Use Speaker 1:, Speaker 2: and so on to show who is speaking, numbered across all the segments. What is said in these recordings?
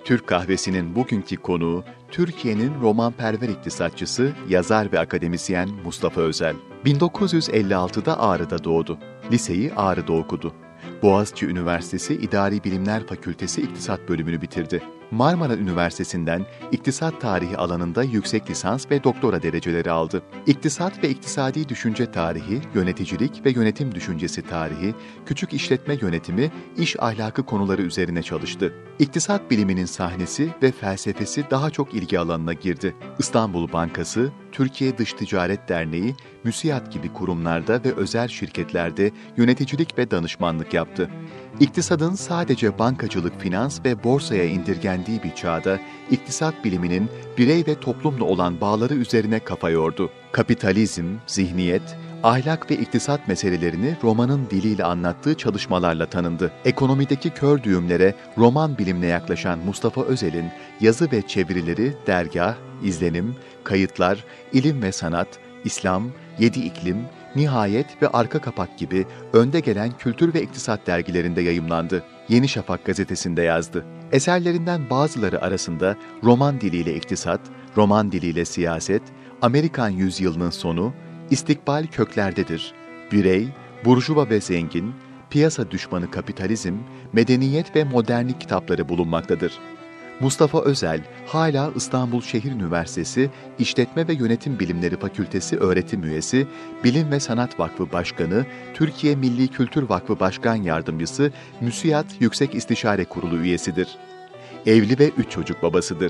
Speaker 1: Türk kahvesinin bugünkü konuğu, Türkiye'nin romanperver iktisatçısı, yazar ve akademisyen Mustafa Özel. 1956'da Ağrı'da doğdu. Liseyi Ağrı'da okudu. Boğaziçi Üniversitesi İdari Bilimler Fakültesi İktisat bölümünü bitirdi. Marmara Üniversitesi'nden İktisat Tarihi alanında yüksek lisans ve doktora dereceleri aldı. İktisat ve iktisadi düşünce tarihi, yöneticilik ve yönetim düşüncesi tarihi, küçük işletme yönetimi, iş ahlakı konuları üzerine çalıştı. İktisat biliminin sahnesi ve felsefesi daha çok ilgi alanına girdi. İstanbul Bankası, Türkiye Dış Ticaret Derneği, MÜSİAD gibi kurumlarda ve özel şirketlerde yöneticilik ve danışmanlık yaptı. İktisadın sadece bankacılık, finans ve borsaya indirgendiği bir çağda iktisat biliminin birey ve toplumla olan bağları üzerine kafa yordu. Kapitalizm, zihniyet, ahlak ve iktisat meselelerini romanın diliyle anlattığı çalışmalarla tanındı. Ekonomideki kör düğümlere roman bilimine yaklaşan Mustafa Özel'in yazı ve çevirileri Dergâh, İzlenim, Kayıtlar, İlim ve Sanat, İslam, Yedi İklim, Nihayet ve Arka Kapak gibi önde gelen kültür ve iktisat dergilerinde yayımlandı. Yeni Şafak gazetesinde yazdı. Eserlerinden bazıları arasında roman diliyle iktisat, roman diliyle siyaset, Amerikan yüzyılının sonu, İstikbal köklerdedir, birey, burjuva ve zengin, piyasa düşmanı kapitalizm, medeniyet ve modernlik kitapları bulunmaktadır. Mustafa Özel, hala İstanbul Şehir Üniversitesi İşletme ve Yönetim Bilimleri Fakültesi öğretim üyesi, Bilim ve Sanat Vakfı Başkanı, Türkiye Milli Kültür Vakfı Başkan Yardımcısı, MÜSİAD Yüksek İstişare Kurulu üyesidir. Evli ve 3 çocuk babasıdır.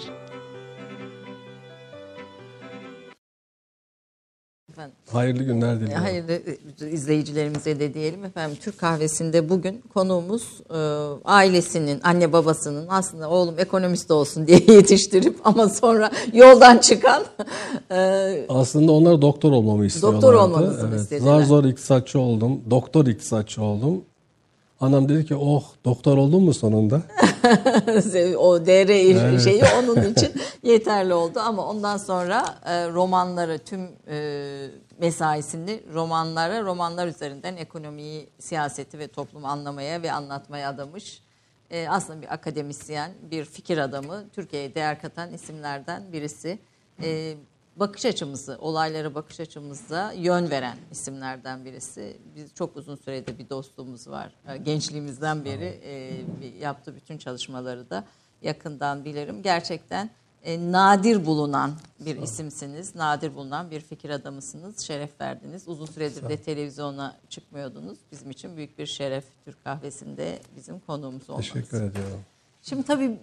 Speaker 2: Hayırlı günler diliyorum.
Speaker 3: Hayırlı izleyicilerimize de diyelim efendim. Türk kahvesinde bugün konuğumuz ailesinin, anne babasının aslında oğlum ekonomist olsun diye yetiştirip ama sonra yoldan çıkan.
Speaker 2: Aslında onlar doktor olmamı istiyorlardı.
Speaker 3: Doktor olmanızı istediler.
Speaker 2: Zar zor iktisatçı oldum, doktor iktisatçı oldum. Anam dedi ki oh doktor oldun mu sonunda?
Speaker 3: O DR şeyi onun için yeterli oldu ama ondan sonra romanları tüm mesaisini romanlar üzerinden ekonomiyi, siyaseti ve toplumu anlamaya ve anlatmaya adamış. Aslında bir akademisyen, bir fikir adamı, Türkiye'ye değer katan isimlerden birisi. Bakış açımızı, olaylara bakış açımıza yön veren isimlerden birisi. Biz çok uzun süredir bir dostluğumuz var. Gençliğimizden beri yaptığı bütün çalışmaları da yakından bilirim. Gerçekten nadir bulunan bir isimsiniz. Nadir bulunan bir fikir adamısınız. Şeref verdiniz. Uzun süredir de televizyona çıkmıyordunuz. Bizim için büyük bir şeref Türk kahvesinde bizim konuğumuz olmanız.
Speaker 2: Teşekkür ediyorum.
Speaker 3: Şimdi tabii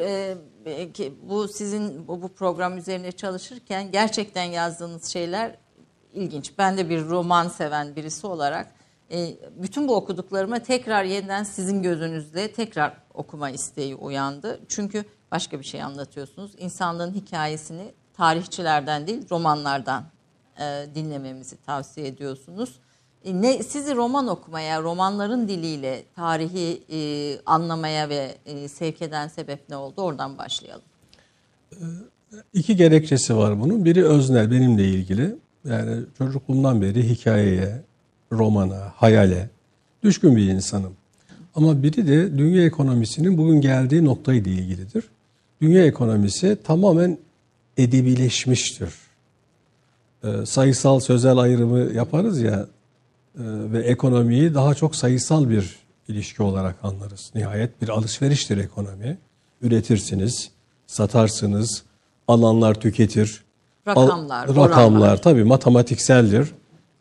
Speaker 3: bu sizin bu program üzerine çalışırken gerçekten yazdığınız şeyler ilginç. Ben de bir roman seven birisi olarak bütün bu okuduklarıma tekrar yeniden sizin gözünüzle tekrar okuma isteği uyandı. Çünkü başka bir şey anlatıyorsunuz. İnsanlığın hikayesini tarihçilerden değil romanlardan dinlememizi tavsiye ediyorsunuz. Sizi roman okumaya, romanların diliyle tarihi anlamaya ve sevk eden sebep ne oldu? Oradan başlayalım.
Speaker 2: İki gerekçesi var bunun. Biri öznel, benimle ilgili. Yani çocukluğumdan beri hikayeye, romana, hayale düşkün bir insanım. Ama biri de dünya ekonomisinin bugün geldiği noktayla ilgilidir. Dünya ekonomisi tamamen edebileşmiştir. Sayısal sözel ayrımı yaparız ya, ve ekonomiyi daha çok sayısal bir ilişki olarak anlarız. Nihayet bir alışveriştir ekonomi. Üretirsiniz, satarsınız, alanlar tüketir. Rakamlar tabii matematikseldir.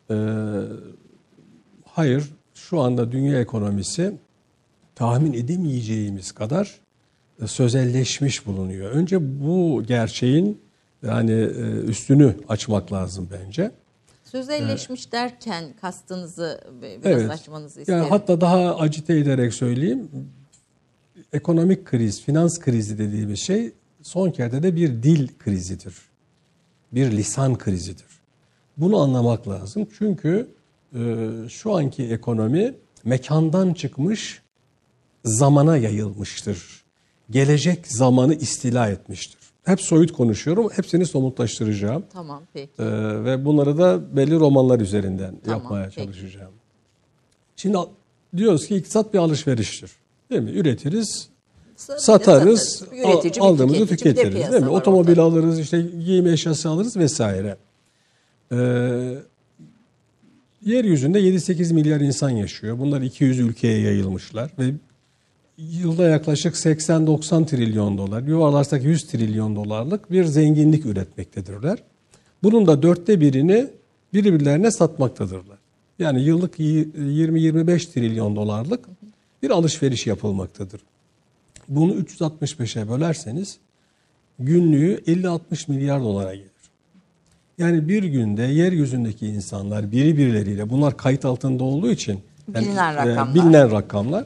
Speaker 2: Hayır, şu anda dünya ekonomisi tahmin edemeyeceğimiz kadar sözelleşmiş bulunuyor. Önce bu gerçeğin yani üstünü açmak lazım bence.
Speaker 3: Sözelleşmiş derken kastınızı biraz açmanızı isterim.
Speaker 2: Yani hatta daha acite ederek söyleyeyim. Ekonomik kriz, finans krizi dediğimiz şey son kertede bir dil krizidir. Bir lisan krizidir. Bunu anlamak lazım. Çünkü şu anki ekonomi mekandan çıkmış, zamana yayılmıştır. Gelecek zamanı istila etmiştir. Hep soyut konuşuyorum. Hepsini somutlaştıracağım.
Speaker 3: Tamam, peki.
Speaker 2: Ve bunları da belli romanlar üzerinden yapmaya çalışacağım. Şimdi diyoruz ki iktisat bir alışveriştir. Değil mi? Üretiriz, satarız,
Speaker 3: Üretici,
Speaker 2: aldığımızı
Speaker 3: bir
Speaker 2: tüketiriz,
Speaker 3: piyasa
Speaker 2: değil mi?
Speaker 3: var
Speaker 2: Otomobil
Speaker 3: ortada.
Speaker 2: alırız, işte giyim eşyası alırız vesaire. Yeryüzünde 7-8 milyar insan yaşıyor. Bunlar 200 ülkeye yayılmışlar ve yılda yaklaşık 80-90 trilyon dolar, yuvarlarsak 100 trilyon dolarlık bir zenginlik üretmektedirler. Bunun da 1/4'ünü birbirlerine satmaktadırlar. Yani yıllık 20-25 trilyon dolarlık bir alışveriş yapılmaktadır. Bunu 365'e bölerseniz günlüğü 50-60 milyar dolara gelir. Yani bir günde yeryüzündeki insanlar birbirleriyle, bunlar kayıt altında olduğu için bilinen rakamlar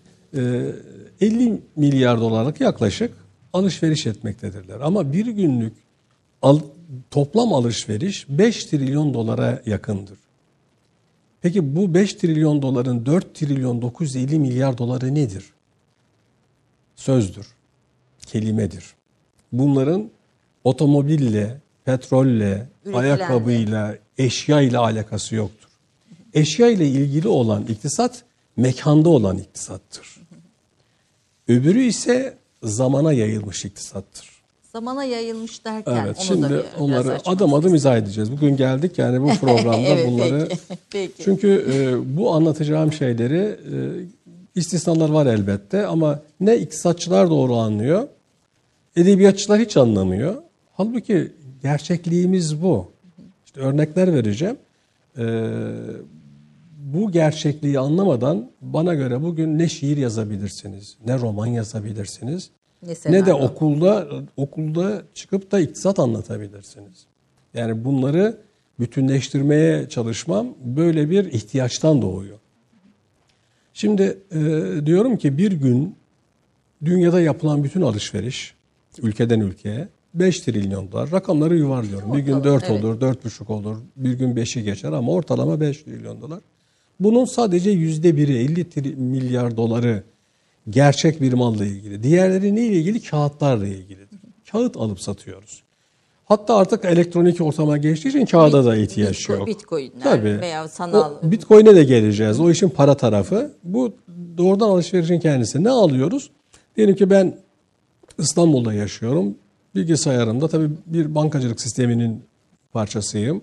Speaker 2: 50 milyar dolarlık yaklaşık alışveriş etmektedirler. Ama bir günlük toplam alışveriş 5 trilyon dolara yakındır. Peki bu 5 trilyon doların 4 trilyon 950 milyar doları nedir? Sözdür, kelimedir. Bunların otomobille, petrolle, ayakkabıyla, eşyayla alakası yoktur. Eşya ile ilgili olan iktisat mekanda olan iktisattır. Öbürü ise zamana yayılmış iktisattır.
Speaker 3: Zamana yayılmış derken
Speaker 2: evet,
Speaker 3: onu
Speaker 2: şimdi
Speaker 3: da
Speaker 2: onları adım adım izah edeceğiz. Bugün geldik yani bu programda
Speaker 3: evet,
Speaker 2: bunları.
Speaker 3: Peki.
Speaker 2: Çünkü bu anlatacağım şeyleri istisnalar var elbette ama ne iktisatçılar doğru anlıyor, edebiyatçılar hiç anlamıyor. Halbuki gerçekliğimiz bu. İşte örnekler vereceğim. Bu gerçekliği anlamadan bana göre bugün ne şiir yazabilirsiniz, ne roman yazabilirsiniz, ne de okulda çıkıp da iktisat anlatabilirsiniz. Yani bunları bütünleştirmeye çalışmam böyle bir ihtiyaçtan doğuyor. Şimdi diyorum ki bir gün dünyada yapılan bütün alışveriş ülkeden ülkeye 5 trilyon dolar. Rakamları yuvarlıyorum. Bir gün 4 olur, 4,5 olur, bir gün 5'i geçer ama ortalama 5 trilyon dolar. Bunun sadece %1'i 50 milyar doları gerçek bir malla ilgili. Diğerleri neyle ilgili? Kağıtlarla ilgilidir. Kağıt alıp satıyoruz. Hatta artık elektronik ortama geçtiği için kağıda da ihtiyaç yok.
Speaker 3: Bitcoin'ler veya sanal.
Speaker 2: Bitcoin'e de geleceğiz. O işin para tarafı. Bu doğrudan alışverişin kendisi. Ne alıyoruz? Diyelim ki ben İstanbul'da yaşıyorum. Bilgisayarımda tabii bir bankacılık sisteminin parçasıyım.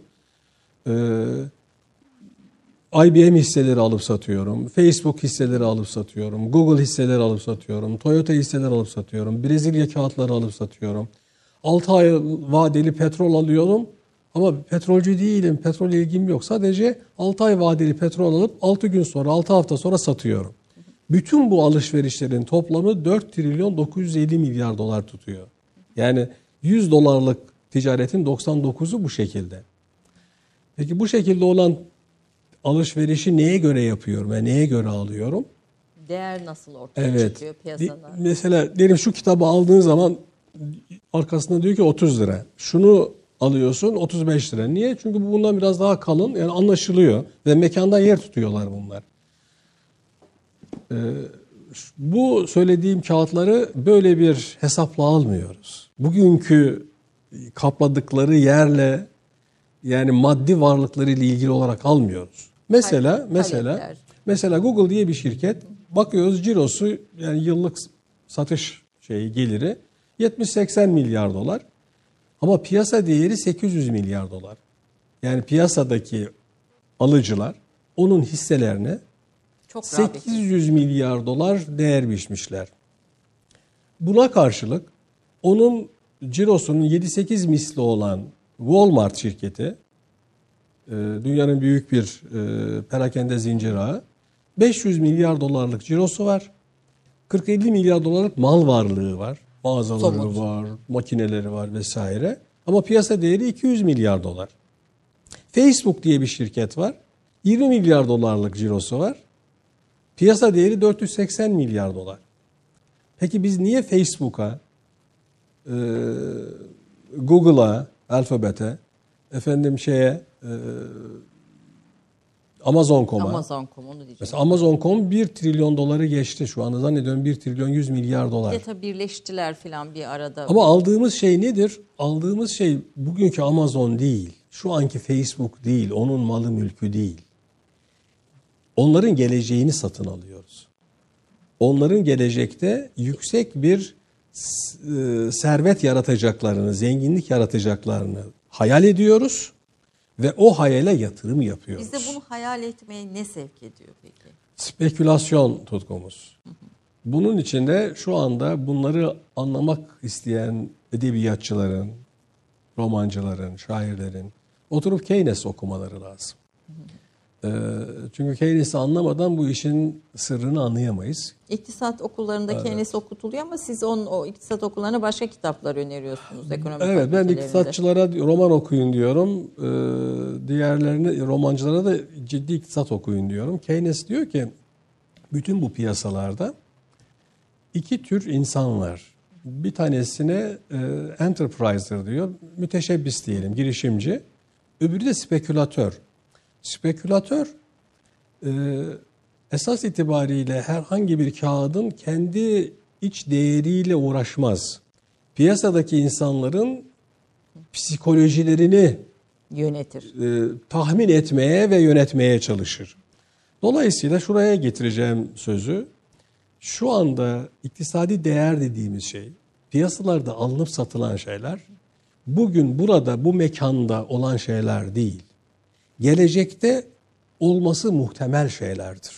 Speaker 2: IBM hisseleri alıp satıyorum. Facebook hisseleri alıp satıyorum. Google hisseleri alıp satıyorum. Toyota hisseleri alıp satıyorum. Brezilya kağıtları alıp satıyorum. 6 ay vadeli petrol alıyorum. Ama petrolcü değilim. Petrol ilgim yok. Sadece 6 ay vadeli petrol alıp 6 gün sonra, 6 hafta sonra satıyorum. Bütün bu alışverişlerin toplamı 4 trilyon 950 milyar dolar tutuyor. Yani 100 dolarlık ticaretin 99'u bu şekilde. Peki bu şekilde olan alışverişi neye göre yapıyorum ve neye göre alıyorum?
Speaker 3: Değer nasıl ortaya çıkıyor piyasada?
Speaker 2: Mesela diyelim şu kitabı aldığın zaman arkasında diyor ki 30 lira. Şunu alıyorsun 35 lira. Niye? Çünkü bu bundan biraz daha kalın, yani anlaşılıyor ve mekanda yer tutuyorlar bunlar. Bu söylediğim kağıtları böyle bir hesapla almıyoruz. Bugünkü kapladıkları yerle, yani maddi varlıkları ile ilgili olarak almıyoruz. Mesela Google diye bir şirket, bakıyoruz cirosu, yani yıllık satış geliri 70-80 milyar dolar. Ama piyasa değeri 800 milyar dolar. Yani piyasadaki alıcılar onun hisselerine 800 milyar dolar değer biçmişler. Buna karşılık onun cirosunun 7-8 misli olan Walmart şirketi, dünyanın büyük bir perakende zincir ağı, 500 milyar dolarlık cirosu var. 40-50 milyar dolarlık mal varlığı var. Mağazaları var, makineleri var vesaire. Ama piyasa değeri 200 milyar dolar. Facebook diye bir şirket var. 20 milyar dolarlık cirosu var. Piyasa değeri 480 milyar dolar. Peki biz niye Facebook'a, Google'a, Alphabet'e, Amazon.com'a. Mesela Amazon.com 1 trilyon doları geçti şu anda, zannediyorum 1 trilyon 100 milyar dolar.
Speaker 3: Tabii birleştiler falan bir arada.
Speaker 2: Ama aldığımız şey nedir? Aldığımız şey bugünkü Amazon değil. Şu anki Facebook değil. Onun malı mülkü değil. Onların geleceğini satın alıyoruz. onların gelecekte yüksek bir servet yaratacaklarını, zenginlik yaratacaklarını hayal ediyoruz ve o hayale yatırım yapıyoruz.
Speaker 3: Bizi bunu hayal etmeye ne sevk ediyor peki?
Speaker 2: Spekülasyon tutkumuz. Bunun için de şu anda bunları anlamak isteyen edebiyatçıların, romancıların, şairlerin oturup Keynes okumaları lazım. Çünkü Keynes'i anlamadan bu işin sırrını anlayamayız.
Speaker 3: İktisat okullarında Keynes okutuluyor ama siz o iktisat okullarına başka kitaplar öneriyorsunuz ekonomi
Speaker 2: Evet, ben iktisatçılara roman okuyun diyorum. Diğerlerine, romancılara da ciddi iktisat okuyun diyorum. Keynes diyor ki bütün bu piyasalarda iki tür insan var. Bir tanesine enterpriser diyor, müteşebbis diyelim, girişimci. Öbürü de spekülatör. Spekülatör esas itibariyle herhangi bir kağıdın kendi iç değeriyle uğraşmaz. Piyasadaki insanların psikolojilerini
Speaker 3: yönetir.
Speaker 2: Tahmin etmeye ve yönetmeye çalışır. Dolayısıyla şuraya getireceğim sözü. Şu anda iktisadi değer dediğimiz şey, piyasalarda alınıp satılan şeyler, bugün burada bu mekanda olan şeyler değil. Gelecekte olması muhtemel şeylerdir.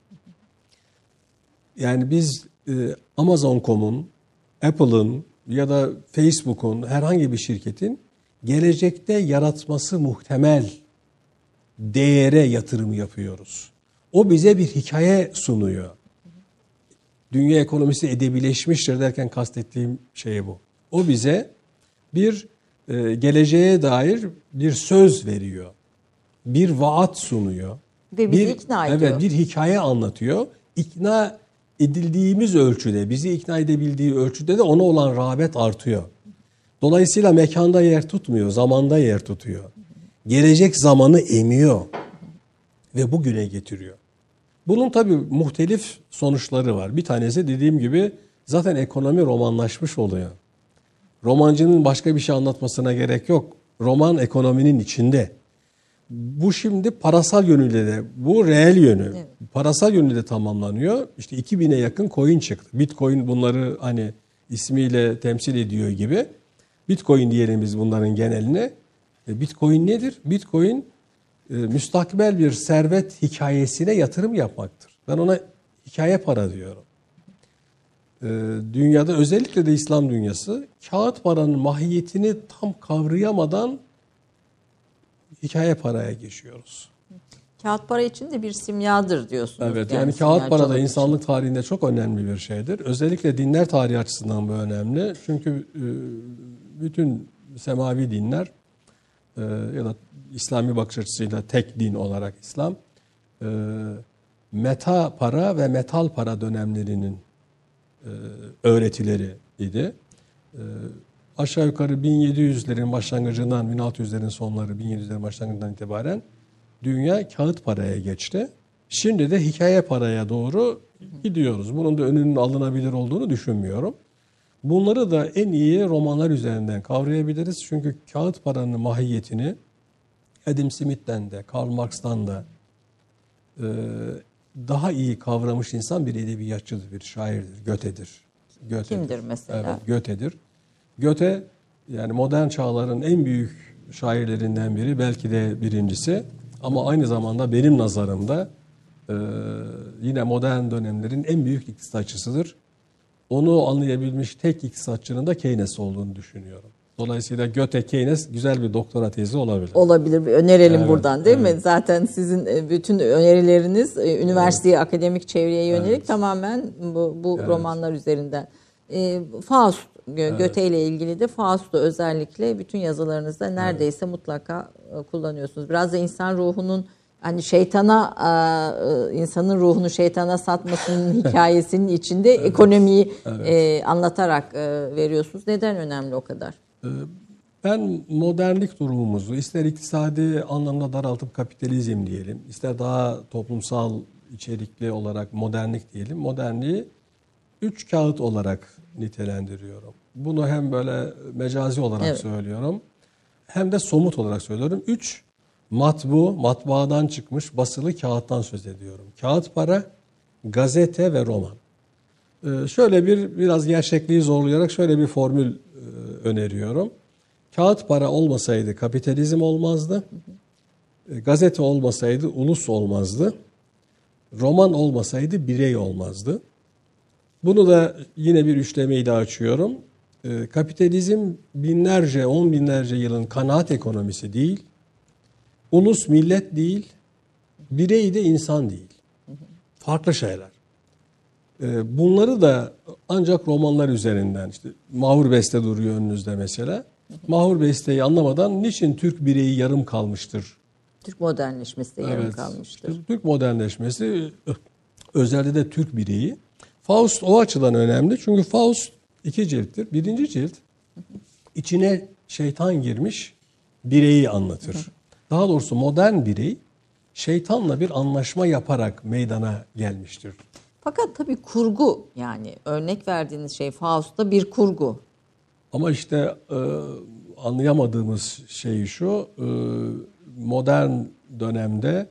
Speaker 2: Yani biz Amazon.com'un, Apple'ın ya da Facebook'un, herhangi bir şirketin gelecekte yaratması muhtemel değere yatırım yapıyoruz. O bize bir hikaye sunuyor. Dünya ekonomisi edebileşmiştir derken kastettiğim şey bu. O bize bir geleceğe dair bir söz veriyor. Bir vaat sunuyor.
Speaker 3: Ve bizi ikna ediyor.
Speaker 2: Evet, bir hikaye anlatıyor. İkna edildiğimiz ölçüde, bizi ikna edebildiği ölçüde de ona olan rağbet artıyor. Dolayısıyla mekanda yer tutmuyor, zamanda yer tutuyor. Gelecek zamanı emiyor ve bugüne getiriyor. Bunun tabii muhtelif sonuçları var. Bir tanesi dediğim gibi zaten ekonomi romanlaşmış oluyor. Romancının başka bir şey anlatmasına gerek yok. Roman ekonominin içinde. Bu şimdi parasal yönüyle de, bu reel yönü. Evet. Parasal yönüyle de tamamlanıyor. İşte 2000'e yakın coin çıktı. Bitcoin bunları hani ismiyle temsil ediyor gibi. Bitcoin diyelim biz bunların geneline. Bitcoin nedir? Bitcoin müstakbel bir servet hikayesine yatırım yapmaktır. Ben ona hikaye para diyorum. Dünyada özellikle de İslam dünyası kağıt paranın mahiyetini tam kavrayamadan hikaye paraya geçiyoruz.
Speaker 3: Kağıt para için de bir simyadır diyorsunuz.
Speaker 2: Evet, yani kağıt para da insanlık tarihinde çok önemli bir şeydir. Özellikle dinler tarihi açısından bu önemli. Çünkü bütün semavi dinler ya da İslami bakış açısıyla tek din olarak İslam meta para ve metal para dönemlerinin öğretileri idi. Aşağı yukarı 1700'lerin başlangıcından 1600'lerin sonları 1700'lerin başlangıcından itibaren dünya kağıt paraya geçti. Şimdi de hikaye paraya doğru gidiyoruz. Bunun da önünün alınabilir olduğunu düşünmüyorum. Bunları da en iyi romanlar üzerinden kavrayabiliriz. Çünkü kağıt paranın mahiyetini Adam Smith'ten de Karl Marx'tan da daha iyi kavramış insan bir edebiyatçıdır, bir şairdir, Goethe'dir.
Speaker 3: Kimdir mesela?
Speaker 2: Evet, Goethe'dir. Goethe yani modern çağların en büyük şairlerinden biri, belki de birincisi. Ama aynı zamanda benim nazarımda yine modern dönemlerin en büyük iktisatçısıdır. Onu anlayabilmiş tek iktisatçının da Keynes olduğunu düşünüyorum. Dolayısıyla Goethe-Keynes güzel bir doktora tezi olabilir.
Speaker 3: Olabilir. Önerelim
Speaker 2: evet,
Speaker 3: buradan değil mi? Zaten sizin bütün önerileriniz üniversiteye, akademik çevreye yönelik tamamen bu romanlar üzerinden. Faust, Goethe ile ilgili de Faust'u özellikle bütün yazılarınızda neredeyse mutlaka kullanıyorsunuz. Biraz da insan ruhunun hani insanın ruhunu şeytana satmasının hikayesinin içinde ekonomiyi anlatarak veriyorsunuz. Neden önemli o kadar?
Speaker 2: Ben modernlik durumumuzu ister iktisadi anlamda daraltıp kapitalizm diyelim, ister daha toplumsal içerikli olarak modernlik diyelim. Modernliği 3 kağıt olarak nitelendiriyorum. Bunu hem böyle mecazi olarak söylüyorum hem de somut olarak söylüyorum. 3 matbaadan çıkmış basılı kağıttan söz ediyorum. Kağıt para, gazete ve roman. Şöyle biraz gerçekliği zorlayarak şöyle bir formül öneriyorum. Kağıt para olmasaydı kapitalizm olmazdı. Gazete olmasaydı ulus olmazdı. Roman olmasaydı birey olmazdı. Bunu da yine bir üçlemeyi de açıyorum. Kapitalizm binlerce, 10 binlerce yılın kanaat ekonomisi değil. Ulus millet değil. Birey de insan değil. Farklı şeyler. Bunları da ancak romanlar üzerinden, işte Mahur Beste duruyor önünüzde mesela. Mahur Beste'yi anlamadan niçin Türk bireyi yarım kalmıştır?
Speaker 3: Türk modernleşmesi de yarım kalmıştır.
Speaker 2: Türk modernleşmesi, özellikle de Türk bireyi. Faust o açıdan önemli. Çünkü Faust 2 cilttir. 1. cilt içine şeytan girmiş bireyi anlatır. Daha doğrusu modern birey şeytanla bir anlaşma yaparak meydana gelmiştir.
Speaker 3: Fakat tabii kurgu, yani örnek verdiğiniz şey Faust'ta bir kurgu.
Speaker 2: Ama işte anlayamadığımız şey şu, modern dönemde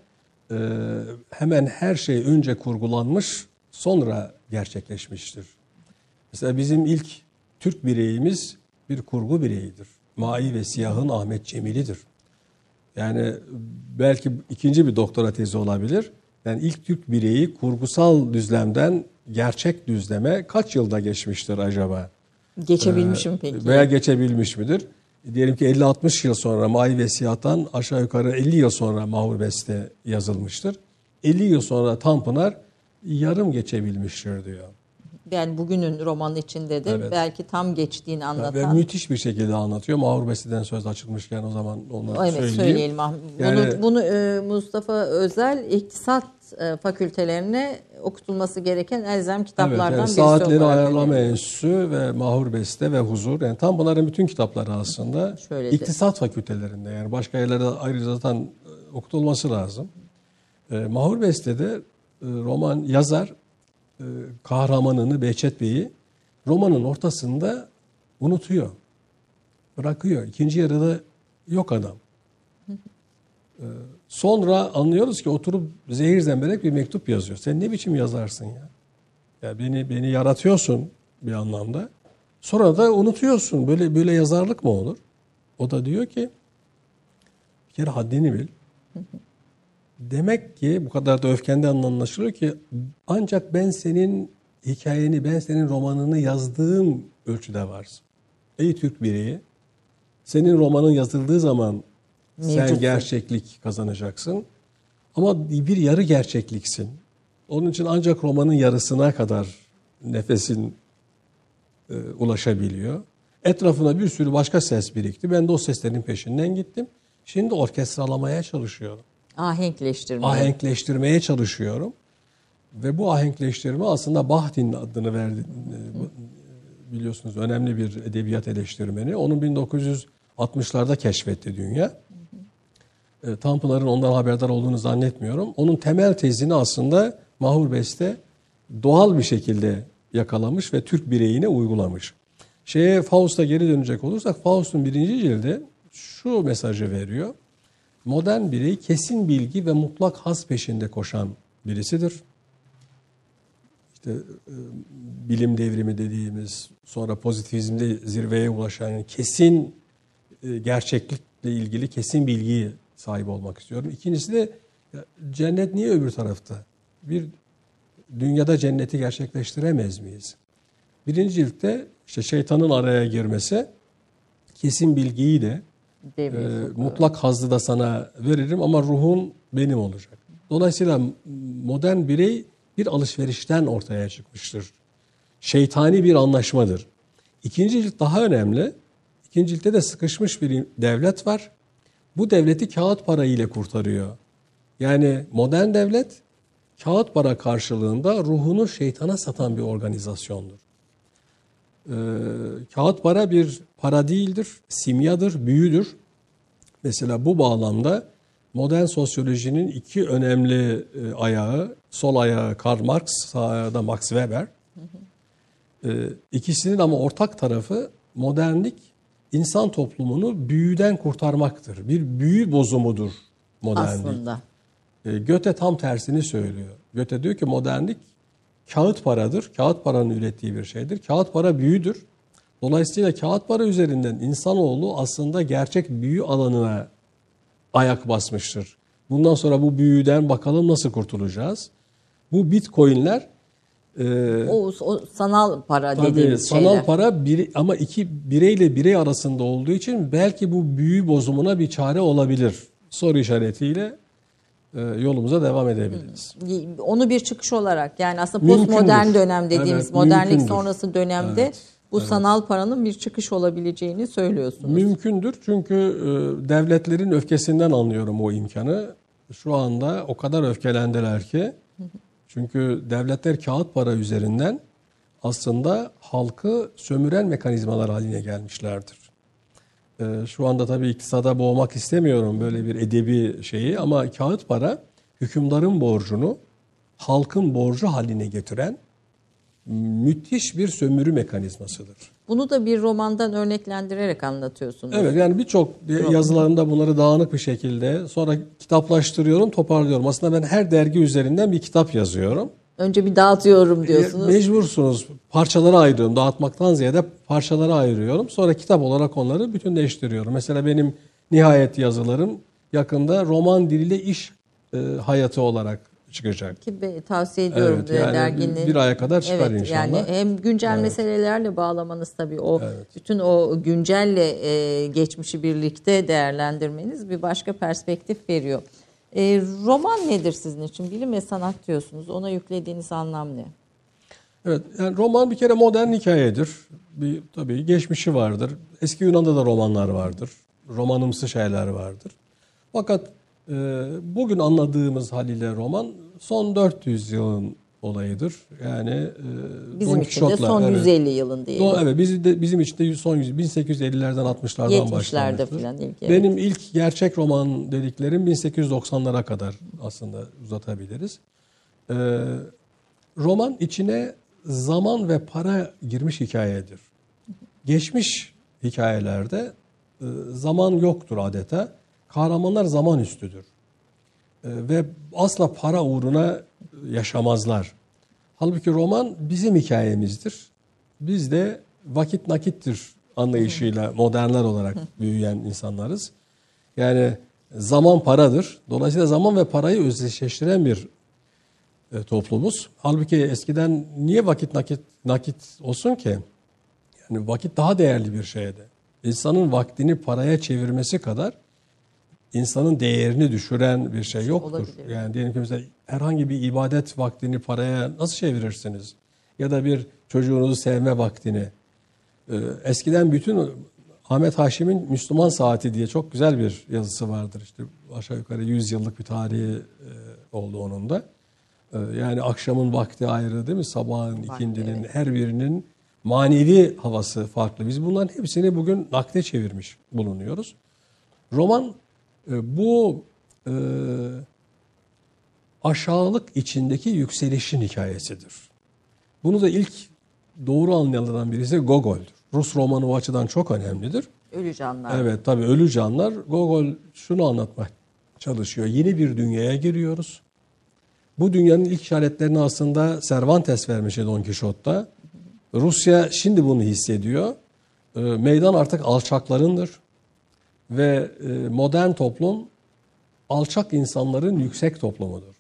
Speaker 2: hemen her şey önce kurgulanmış, sonra gerçekleşmiştir. Mesela bizim ilk Türk bireyimiz bir kurgu bireyidir. Mavi ve Siyah'ın Ahmet Cemil'idir. Yani belki ikinci bir doktora tezi olabilir. Yani ilk Türk bireyi kurgusal düzlemden gerçek düzleme kaç yılda geçmiştir acaba?
Speaker 3: Geçebilmiş mi peki?
Speaker 2: Veya geçebilmiş midir? Diyelim ki 50-60 yıl sonra Mavi ve Siyah'tan aşağı yukarı 50 yıl sonra Mahur Beste yazılmıştır. 50 yıl sonra Tanpınar yarım geçebilmiştir diyor.
Speaker 3: Yani bugünün romanın içinde de belki tam geçtiğini anlatan.
Speaker 2: Ve müthiş bir şekilde anlatıyor. Mahur Beste'den söz açılmışken o zaman onu
Speaker 3: söyleyelim.
Speaker 2: Yani,
Speaker 3: bunu Mustafa Özel iktisat fakültelerine okutulması gereken elzem kitaplardan birisi olarak.
Speaker 2: Saatleri Ayarlama Enstitüsü ve Mahur Beste ve Huzur. Yani tam bunların bütün kitapları aslında iktisat fakültelerinde. Yani başka yerlerde ayrıca zaten okutulması lazım. Mahur Beste'de roman yazar kahramanını, Behçet Bey'i romanın ortasında unutuyor. Bırakıyor. İkinci yarıda yok adam. Sonra anlıyoruz ki oturup zehir zemberek bir mektup yazıyor. Sen ne biçim yazarsın ya? Ya beni yaratıyorsun bir anlamda. Sonra da unutuyorsun. Böyle yazarlık mı olur? O da diyor ki bir kere haddini bil. Demek ki bu kadar da öfkenden anlaşılıyor ki ancak ben senin hikayeni, ben senin romanını yazdığım ölçüde varsın. Ey Türk bireyi, senin romanın yazıldığı zaman sen gerçeklik kazanacaksın. Ama bir yarı gerçekliksin. Onun için ancak romanın yarısına kadar nefesin ulaşabiliyor. Etrafına bir sürü başka ses birikti. Ben de o seslerin peşinden gittim. Şimdi orkestralamaya çalışıyorum. Ahenkleştirmeye çalışıyorum. Ve bu ahenkleştirme aslında Bakhtin'in adını verdi. Biliyorsunuz önemli bir edebiyat eleştirmeni. Onun 1960'larda keşfetti dünya. Tanpınar'ın ondan haberdar olduğunu zannetmiyorum. Onun temel tezini aslında Mahur Beste doğal bir şekilde yakalamış ve Türk bireyine uygulamış. Faust'a geri dönecek olursak Faust'un 1. cildi şu mesajı veriyor. Modern birey kesin bilgi ve mutlak haz peşinde koşan birisidir. İşte bilim devrimi dediğimiz, sonra pozitivizmde zirveye ulaşan, yani kesin gerçeklikle ilgili kesin bilgiye sahip olmak istiyorum. İkincisi de cennet niye öbür tarafta? Bir dünyada cenneti gerçekleştiremez miyiz? 1. ciltte işte şeytanın araya girmesi, kesin bilgiyi de mutlak hazzı da sana veririm ama ruhun benim olacak. Dolayısıyla modern birey bir alışverişten ortaya çıkmıştır. Şeytani bir anlaşmadır. 2. cilt daha önemli. 2. ciltte de sıkışmış bir devlet var. Bu devleti kağıt para ile kurtarıyor. Yani modern devlet kağıt para karşılığında ruhunu şeytana satan bir organizasyondur. Kağıt para bir para değildir, simyadır, büyüdür. Mesela bu bağlamda modern sosyolojinin 2 önemli ayağı, sol ayağı Karl Marx, sağ ayağı da Max Weber. İkisinin ama ortak tarafı modernlik insan toplumunu büyüden kurtarmaktır. Bir büyü bozumudur modernlik.
Speaker 3: Aslında.
Speaker 2: Goethe tam tersini söylüyor. Goethe diyor ki modernlik kağıt paradır. Kağıt paranın ürettiği bir şeydir. Kağıt para büyüdür. Dolayısıyla kağıt para üzerinden insanoğlu aslında gerçek büyü alanına ayak basmıştır. Bundan sonra bu büyüden bakalım nasıl kurtulacağız? Bu bitcoinler
Speaker 3: o sanal para
Speaker 2: tabii,
Speaker 3: dediğimiz
Speaker 2: sanal
Speaker 3: şeyler.
Speaker 2: para ama iki bireyle birey arasında olduğu için belki bu büyü bozumuna bir çare olabilir. Soru işaretiyle yolumuza devam edebiliriz.
Speaker 3: Onu bir çıkış olarak, yani aslında
Speaker 2: Mümkündür.
Speaker 3: postmodern dönem dediğimiz,
Speaker 2: Evet,
Speaker 3: modernlik
Speaker 2: mümkündür.
Speaker 3: sonrası dönemde
Speaker 2: Evet,
Speaker 3: bu sanal paranın bir çıkış olabileceğini söylüyorsunuz.
Speaker 2: Mümkündür çünkü devletlerin öfkesinden anlıyorum o imkanı. Şu anda o kadar öfkelendiler ki, çünkü devletler kağıt para üzerinden aslında halkı sömüren mekanizmalar haline gelmişlerdir. Şu anda tabii iktisada boğmak istemiyorum böyle bir edebi şeyi, ama kağıt para hükümdarın borcunu halkın borcu haline getiren müthiş bir sömürü mekanizmasıdır.
Speaker 3: Bunu da bir romandan örneklendirerek anlatıyorsunuz.
Speaker 2: Evet, yani birçok yazılarımda bunları dağınık bir şekilde sonra kitaplaştırıyorum, toparlıyorum. Aslında ben her dergi üzerinden bir kitap yazıyorum.
Speaker 3: Önce bir dağıtıyorum diyorsunuz.
Speaker 2: Mecbursunuz. Parçalara ayırıyorum. Dağıtmaktan ziyade parçalara ayırıyorum. Sonra kitap olarak onları bütünleştiriyorum. Mesela benim nihayet yazılarım yakında roman diliyle iş hayatı olarak çıkacak.
Speaker 3: Ki tavsiye ediyorum
Speaker 2: Evet, yani
Speaker 3: derginin.
Speaker 2: bir aya kadar çıkar
Speaker 3: evet,
Speaker 2: inşallah.
Speaker 3: Yani hem güncel meselelerle bağlamanız tabii, o bütün o güncelle geçmişi birlikte değerlendirmeniz bir başka perspektif veriyor. Roman nedir sizin için? Bilim ve sanat diyorsunuz. Ona yüklediğiniz anlam ne?
Speaker 2: Evet, yani roman bir kere modern hikayedir. Tabii geçmişi vardır. Eski Yunan'da da romanlar vardır. Romanımsı şeyler vardır. Fakat bugün anladığımız haliyle roman son 400 yılın olayıdır. Yani
Speaker 3: bizim için de son 150 yılın diyelim.
Speaker 2: Evet, bizim için de son 1850'lerden 60'lardan başlamıştır.
Speaker 3: falan ilk. Evet.
Speaker 2: Benim ilk gerçek roman dediklerim 1890'lara kadar aslında uzatabiliriz. Roman içine zaman ve para girmiş hikayedir. Geçmiş hikayelerde zaman yoktur adeta. Kahramanlar zaman üstüdür. Ve asla para uğruna yaşamazlar. Halbuki roman bizim hikayemizdir. Biz de vakit nakittir anlayışıyla modernler olarak büyüyen insanlarız. Yani zaman paradır. Dolayısıyla zaman ve parayı özdeşleştiren bir toplumuz. Halbuki eskiden niye vakit nakit olsun ki? Yani vakit daha değerli bir şeydi. İnsanın vaktini paraya çevirmesi kadar insanın değerini düşüren bir şey yoktur.
Speaker 3: Olabilir.
Speaker 2: Yani diyelim ki mesela herhangi bir ibadet vaktini paraya nasıl çevirirsiniz? Ya da bir çocuğunuzu sevme vaktini. Eskiden bütün Ahmet Haşim'in Müslüman Saati diye çok güzel bir yazısı vardır. İşte aşağı yukarı 100 yıllık bir tarihi oldu onun da. Yani akşamın vakti ayrı değil mi? Sabahın, ikindinin, her birinin manevi havası farklı. Biz bunların hepsini bugün nakde çevirmiş bulunuyoruz. Roman bu aşağılık içindeki yükselişin hikayesidir. Bunu da ilk doğru anlayanlardan birisi Gogol'dur. Rus romanı o açıdan çok önemlidir.
Speaker 3: Ölü canlar.
Speaker 2: Evet, tabii ölü canlar. Gogol şunu anlatmaya çalışıyor. Yeni bir dünyaya giriyoruz. Bu dünyanın ilk işaretlerini aslında Cervantes vermişti Don Quixote'da. Rusya şimdi bunu hissediyor. Meydan artık alçaklarındır. Ve modern toplum alçak insanların yüksek toplumudur.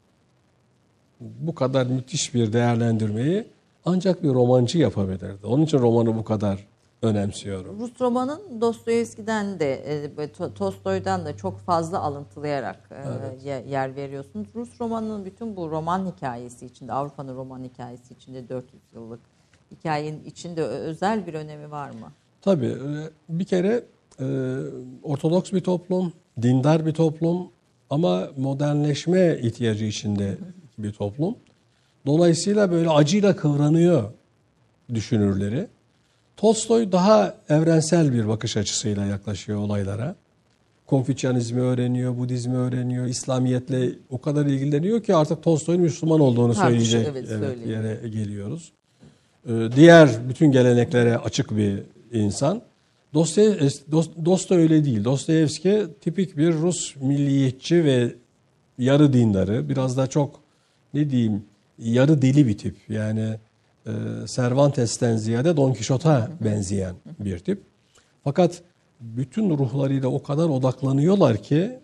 Speaker 2: Bu kadar müthiş bir değerlendirmeyi ancak bir romancı yapabilirdi. Onun için romanı bu kadar önemsiyorum.
Speaker 3: Rus romanın Dostoyevski'den de Tolstoy'dan da çok fazla alıntılayarak yer veriyorsunuz. Rus romanının bütün bu roman hikayesi içinde, Avrupa'nın roman hikayesi içinde 400 yıllık hikayenin içinde özel bir önemi var mı?
Speaker 2: Tabii. Bir kere Ortodoks bir toplum, dindar bir toplum ama modernleşme ihtiyacı içinde bir toplum. Dolayısıyla böyle acıyla kıvranıyor düşünürleri. Tolstoy daha evrensel bir bakış açısıyla yaklaşıyor olaylara. Konfüçyanizmi öğreniyor, Budizmi öğreniyor, İslamiyetle o kadar ilgileniyor ki artık Tolstoy'un Müslüman olduğunu söyleyecek yere geliyoruz. Diğer bütün geleneklere açık bir insan. Dostoy öyle değil. Dostoyevski tipik bir Rus milliyetçi ve yarı dindarı. Biraz da çok yarı deli bir tip. Yani Cervantes'ten ziyade Don Quixote'a benzeyen bir tip. Fakat bütün ruhlarıyla o kadar odaklanıyorlar ki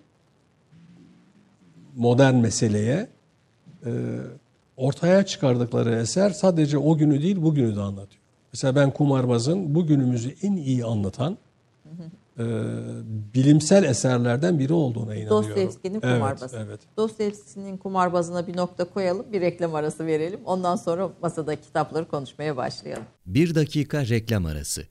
Speaker 2: modern meseleye, ortaya çıkardıkları eser sadece o günü değil bugünü de anlatıyor. Mesela ben Kumarbaz'ın bugünümüzü en iyi anlatan bilimsel eserlerden biri olduğuna inanıyorum.
Speaker 3: Dostoyevski'nin Kumarbazı.
Speaker 2: Evet.
Speaker 3: Dostoyevski'nin Kumarbazı'na bir nokta koyalım, bir reklam arası verelim. Ondan sonra masada kitapları konuşmaya başlayalım.
Speaker 4: 1 dakika reklam arası.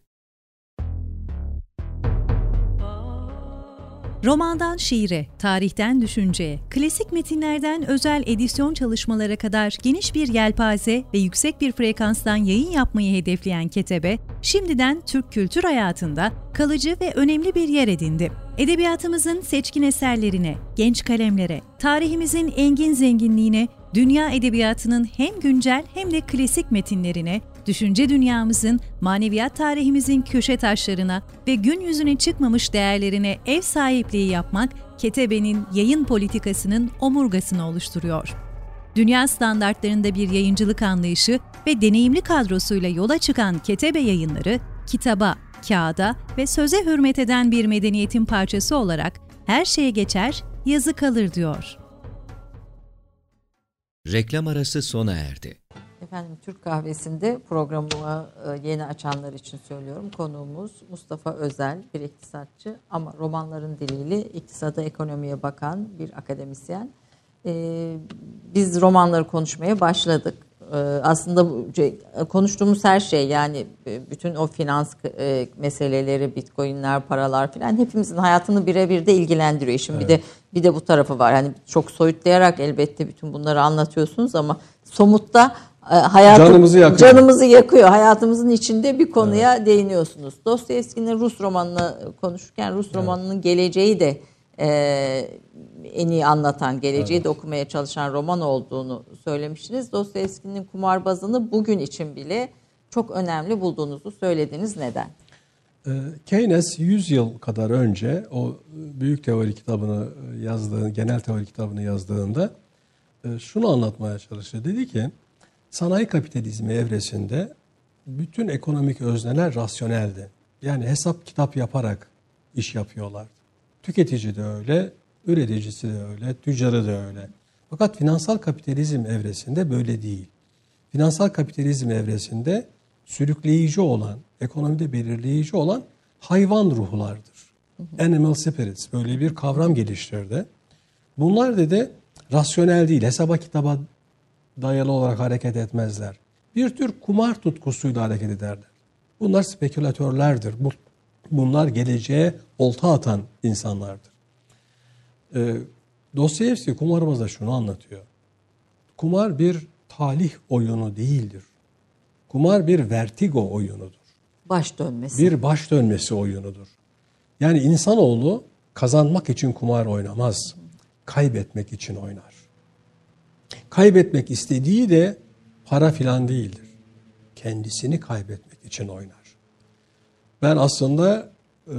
Speaker 5: Romandan şiire, tarihten düşünceye, klasik metinlerden özel edisyon çalışmalara kadar geniş bir yelpaze ve yüksek bir frekanstan yayın yapmayı hedefleyen Ketebe, şimdiden Türk kültür hayatında kalıcı ve önemli bir yer edindi. Edebiyatımızın seçkin eserlerine, genç kalemlere, tarihimizin engin zenginliğine, dünya edebiyatının hem güncel hem de klasik metinlerine, düşünce dünyamızın, maneviyat tarihimizin köşe taşlarına ve gün yüzüne çıkmamış değerlerine ev sahipliği yapmak, Ketebe'nin yayın politikasının omurgasını oluşturuyor. Dünya standartlarında bir yayıncılık anlayışı ve deneyimli kadrosuyla yola çıkan Ketebe Yayınları, kitaba, kağıda ve söze hürmet eden bir medeniyetin parçası olarak her şeye geçer, yazı kalır diyor.
Speaker 4: Reklam arası sona erdi.
Speaker 3: Efendim, Türk Kahvesi'nde programı yeni açanlar için söylüyorum. Konuğumuz Mustafa Özel, bir iktisatçı ama romanların diliyle iktisada, ekonomiye bakan bir akademisyen. Biz romanları konuşmaya başladık. Aslında konuştuğumuz her şey, yani bütün o finans meseleleri, bitcoinler, paralar filan hepimizin hayatını birebir de ilgilendiriyor. Şimdi evet. bir de bu tarafı var. Hani çok soyutlayarak elbette bütün bunları anlatıyorsunuz ama somutta canımızı yakıyor. Hayatımızın içinde bir konuya değiniyorsunuz. Dostoyevski'nin Rus romanını konuşurken Rus romanının geleceği de en iyi anlatan, geleceği de okumaya çalışan roman olduğunu söylemiştiniz. Dostoyevski'nin Kumarbazı'nı bugün için bile çok önemli bulduğunuzu söylediniz. Neden?
Speaker 2: Keynes 100 yıl kadar önce o büyük teori kitabını genel teori kitabını yazdığında şunu anlatmaya çalıştı. Dedi ki, sanayi kapitalizmi evresinde bütün ekonomik özneler rasyoneldi. Yani hesap kitap yaparak iş yapıyorlardı. Tüketici de öyle, üreticisi de öyle, tüccarı da öyle. Fakat finansal kapitalizm evresinde böyle değil. Finansal kapitalizm evresinde sürükleyici olan, ekonomide belirleyici olan hayvan ruhlardır. Animal spirits, böyle bir kavram geliştirdi. Bunlar dedi rasyonel değil, hesaba kitaba dayalı olarak hareket etmezler. Bir tür kumar tutkusuyla hareket ederler. Bunlar spekülatörlerdir. Bunlar geleceğe olta atan insanlardır. Dostoyevski Kumarbaz'da şunu anlatıyor. Kumar bir talih oyunu değildir. Kumar bir vertigo oyunudur.
Speaker 3: Baş dönmesi.
Speaker 2: Bir baş dönmesi oyunudur. Yani insanoğlu kazanmak için kumar oynamaz. Kaybetmek için oynar. Kaybetmek istediği de para filan değildir. Kendisini kaybetmek için oynar. Ben aslında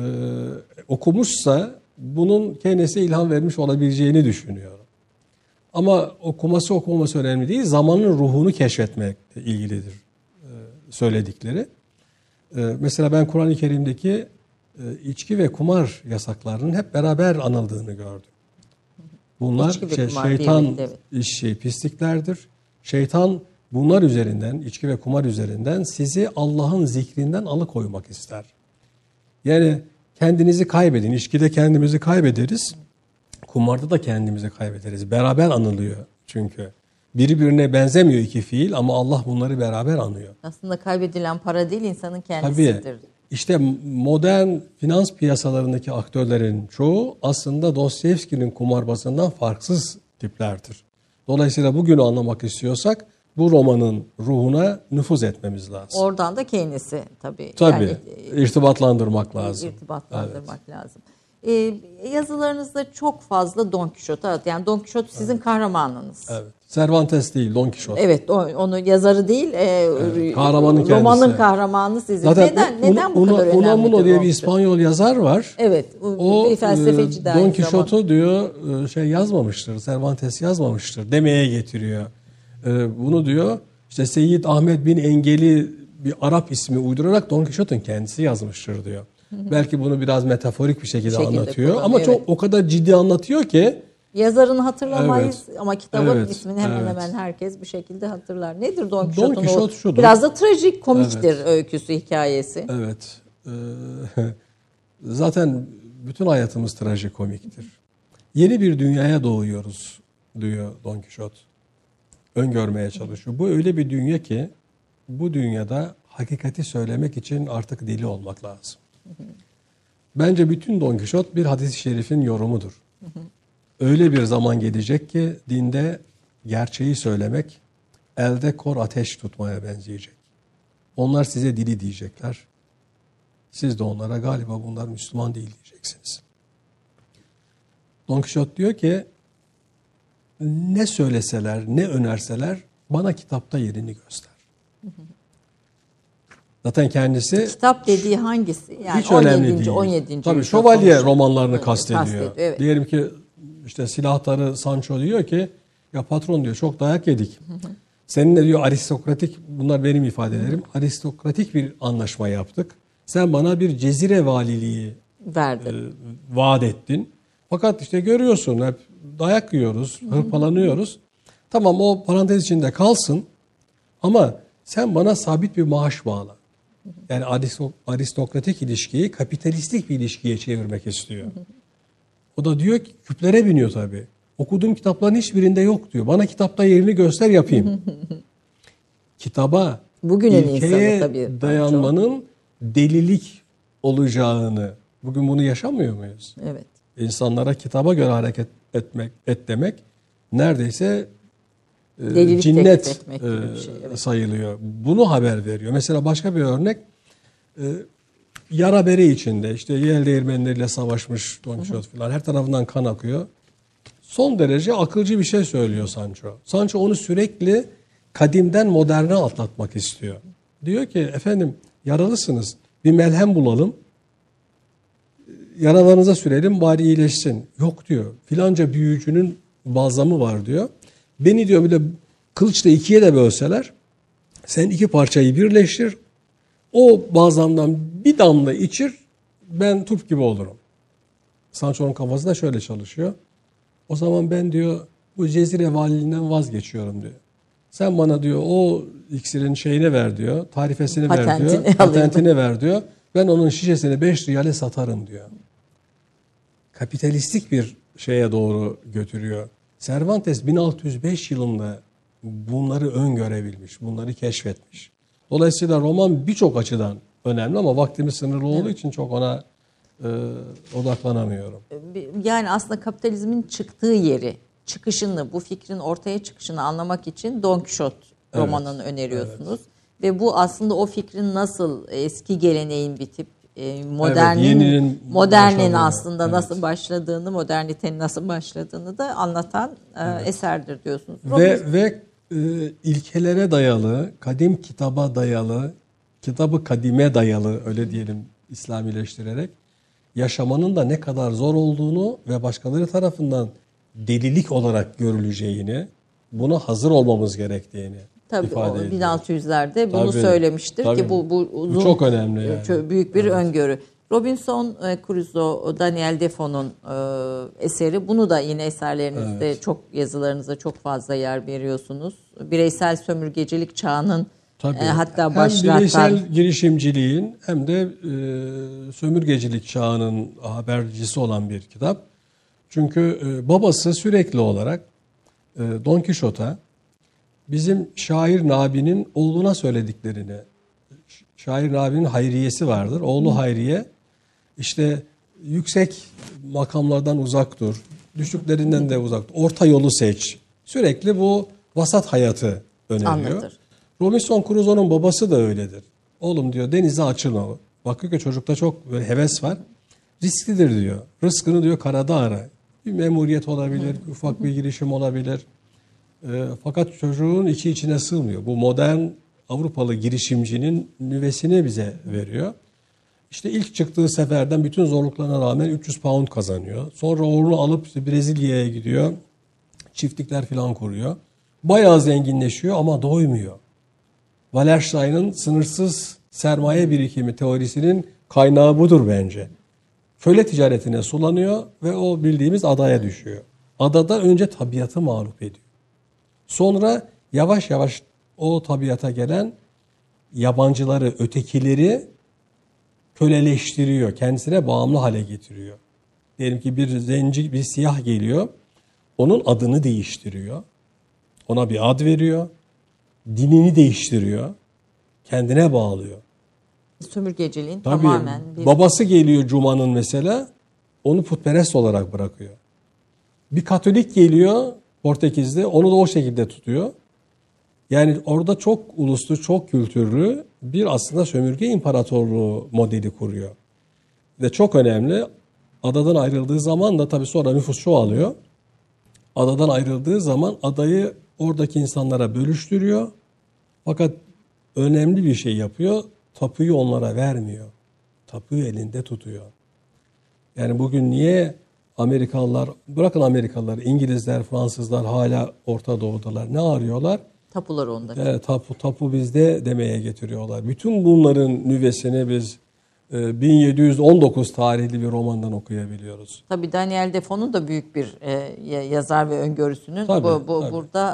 Speaker 2: okumuşsa bunun Keynes'e ilham vermiş olabileceğini düşünüyorum. Ama okumaması önemli değil. Zamanın ruhunu keşfetmekle ilgilidir söyledikleri. Mesela ben Kur'an-ı Kerim'deki içki ve kumar yasaklarının hep beraber anıldığını gördüm. Bunlar şeytan işi, pisliklerdir. Şeytan bunlar üzerinden, içki ve kumar üzerinden sizi Allah'ın zikrinden alıkoymak ister. Yani kendinizi kaybedin. İçkide kendimizi kaybederiz. Kumarda da kendimizi kaybederiz. Beraber anılıyor çünkü. Birbirine benzemiyor iki fiil ama Allah bunları beraber anıyor.
Speaker 3: Aslında kaybedilen para değil, insanın kendisidir.
Speaker 2: Tabii. İşte modern finans piyasalarındaki aktörlerin çoğu aslında Dostoyevski'nin Kumarbazı'ndan farksız tiplerdir. Dolayısıyla bugünü anlamak istiyorsak bu romanın ruhuna nüfuz etmemiz lazım.
Speaker 3: Oradan da Keynes'i tabii.
Speaker 2: Yani, irtibatlandırmak lazım.
Speaker 3: Lazım. Yazılarınızda çok fazla Don Quixote, yani Don Quixote sizin kahramanınız.
Speaker 2: Evet. Cervantes değil, Don Quixote.
Speaker 3: Evet, onu yazarı değil,
Speaker 2: kahramanın kendisi.
Speaker 3: Romanın kahramanı sizin.
Speaker 2: Zaten
Speaker 3: neden bu kadar önemlidir?
Speaker 2: Unamuno diye bir İspanyol yazar var.
Speaker 3: Evet,
Speaker 2: o
Speaker 3: bir felsefeci
Speaker 2: Don Quixote'u diyor yazmamıştır, Cervantes yazmamıştır demeye getiriyor. Bunu diyor işte Seyyid Ahmet bin Engeli bir Arap ismi uydurarak Don Quixote'un kendisi yazmıştır diyor. Belki bunu biraz metaforik bir şekilde anlatıyor ama çok o kadar ciddi anlatıyor ki
Speaker 3: yazarını hatırlamayız ama kitabın ismini hemen herkes bir şekilde hatırlar. Nedir Don Quixote'un?
Speaker 2: Don Quixote şudur.
Speaker 3: Biraz da trajik, komiktir öyküsü, hikayesi.
Speaker 2: Evet. Zaten bütün hayatımız trajikomiktir. Yeni bir dünyaya doğuyoruz diyor Don Quixote. Öngörmeye çalışıyor. Bu öyle bir dünya ki bu dünyada hakikati söylemek için artık dili olmak lazım. Bence bütün Don Quixote bir hadis-i şerifin yorumudur. Öyle bir zaman gelecek ki dinde gerçeği söylemek elde kor ateş tutmaya benzeyecek. Onlar size dili diyecekler. Siz de onlara galiba bunlar Müslüman değil diyeceksiniz. Don Quixote diyor ki ne söyleseler, ne önerseler bana kitapta yerini göster. Zaten kendisi...
Speaker 3: Kitap dediği hangisi? Yani
Speaker 2: hiç önemli değil.
Speaker 3: 17.
Speaker 2: Tabii şövalye romanlarını kastediyor. Evet. Diyelim ki işte silahtarı Sancho diyor ki ya patron diyor çok dayak yedik. Seninle diyor aristokratik, bunlar benim ifadelerim, aristokratik bir anlaşma yaptık. Sen bana bir cezire valiliği vaat ettin. Fakat işte görüyorsun hep dayak yiyoruz, hırpalanıyoruz. Tamam o parantez içinde kalsın ama sen bana sabit bir maaş bağla. Yani aristokratik ilişkiyi kapitalistik bir ilişkiye çevirmek istiyor. O da diyor ki küplere biniyor tabii. Okuduğum kitapların hiçbirinde yok diyor. Bana kitapta yerini göster yapayım. Kitaba,
Speaker 3: bugünün
Speaker 2: ilkeye
Speaker 3: insanı tabii
Speaker 2: dayanmanın delilik olacağını, bugün bunu yaşamıyor muyuz?
Speaker 3: Evet.
Speaker 2: İnsanlara kitaba göre hareket et demek neredeyse
Speaker 3: delilik
Speaker 2: cinnet
Speaker 3: gibi bir şey, evet.
Speaker 2: sayılıyor. Bunu haber veriyor. Mesela başka bir örnek, yara bere içinde işte yel değirmenleriyle savaşmış Don Quixote falan, her tarafından kan akıyor. Son derece akılcı bir şey söylüyor Sancho. Sancho onu sürekli kadimden moderne atlatmak istiyor. Diyor ki efendim yaralısınız, bir melhem bulalım, yaralarınıza sürelim bari iyileşsin. Yok diyor, filanca büyücünün balzamı var diyor. Beni diyor bir de kılıçla ikiye de bölseler, sen iki parçayı birleştir, o balzamdan bir damla içir, ben turp gibi olurum. Sancho'nun kafası da şöyle çalışıyor. O zaman ben diyor bu cezire valiliğinden vazgeçiyorum diyor. Sen bana diyor o iksirin şeyini ver diyor, tarifesini ver diyor, patentini ver diyor. Ben onun şişesini 5 riyale satarım diyor. Kapitalistik bir şeye doğru götürüyor. Cervantes 1605 yılında bunları öngörebilmiş, bunları keşfetmiş. Dolayısıyla roman birçok açıdan önemli ama vaktimiz sınırlı olduğu için çok ona odaklanamıyorum.
Speaker 3: Yani aslında kapitalizmin çıktığı yeri, çıkışını, bu fikrin ortaya çıkışını anlamak için Don Quixote romanını öneriyorsunuz. Evet. Ve bu aslında o fikrin nasıl eski geleneğin bitip modernin aslında nasıl başladığını, modernitenin nasıl başladığını da anlatan eserdir diyorsunuz.
Speaker 2: Ve ilkelere dayalı, kadim kitaba dayalı, kitabı kadime dayalı öyle diyelim İslamileştirerek yaşamanın da ne kadar zor olduğunu ve başkaları tarafından delilik olarak görüleceğini, buna hazır olmamız gerektiğini ifade ediyor.
Speaker 3: 1600'lerde bunu söylemiştir ki bu uzun,
Speaker 2: çok önemli yani.
Speaker 3: Büyük bir öngörü. Robinson Crusoe, Daniel Defoe'nun eseri. Bunu da yine eserlerinizde, çok yazılarınızda çok fazla yer veriyorsunuz. Bireysel sömürgecilik çağının hatta başlatan...
Speaker 2: Hem bireysel girişimciliğin hem de sömürgecilik çağının habercisi olan bir kitap. Çünkü babası sürekli olarak Don Quixote'a bizim Şair Nabi'nin oğluna söylediklerini, Şair Nabi'nin Hayriye'si vardır. Oğlu Hayriye işte yüksek makamlardan uzak dur, düşüklerinden de uzak dur, orta yolu seç. Sürekli bu vasat hayatı öneriyor. Anlatır. Robinson Crusoe'nun babası da öyledir. Oğlum diyor denize açılma. Bakıyor ki çocukta çok böyle heves var. Risklidir diyor. Rızkını diyor karada ara. Bir memuriyet olabilir, ufak bir girişim olabilir. Fakat çocuğun içine sığmıyor. Bu modern Avrupalı girişimcinin nüvesini bize veriyor. İşte ilk çıktığı seferden bütün zorluklarına rağmen 300 pound kazanıyor. Sonra oğlunu alıp Brezilya'ya gidiyor. Çiftlikler falan kuruyor. Bayağı zenginleşiyor ama doymuyor. Wallerstein'ın sınırsız sermaye birikimi teorisinin kaynağı budur bence. Köle ticaretine sulanıyor ve o bildiğimiz adaya düşüyor. Adada önce tabiatı mağlup ediyor. Sonra yavaş yavaş o tabiata gelen yabancıları, ötekileri köleleştiriyor. Kendisine bağımlı hale getiriyor. Diyelim ki bir zenci, bir siyah geliyor. Onun adını değiştiriyor. Ona bir ad veriyor. Dinini değiştiriyor. Kendine bağlıyor.
Speaker 3: Sömürgeciliğin
Speaker 2: Tabii,
Speaker 3: tamamen bir...
Speaker 2: babası geliyor Cuma'nın mesela, onu putperest olarak bırakıyor. Bir Katolik geliyor Portekiz'de, onu da o şekilde tutuyor. Yani orada çok uluslu, çok kültürlü bir aslında sömürge imparatorluğu modeli kuruyor. Ve çok önemli, adadan ayrıldığı zaman da tabii sonra nüfus çoğalıyor. Adadan ayrıldığı zaman adayı oradaki insanlara bölüştürüyor. Fakat önemli bir şey yapıyor. Tapuyu onlara vermiyor. Tapuyu elinde tutuyor. Yani bugün niye Amerikalılar, bırakın Amerikalılar, İngilizler, Fransızlar hala Orta Doğu'dalar. Ne arıyorlar?
Speaker 3: Tapular onda.
Speaker 2: Evet, tapu bizde demeye getiriyorlar. Bütün bunların nüvesini biz 1719 tarihli bir romandan okuyabiliyoruz.
Speaker 3: Tabii Daniel Defoe'nun da büyük bir yazar ve öngörüsünün
Speaker 2: Tabii.
Speaker 3: burada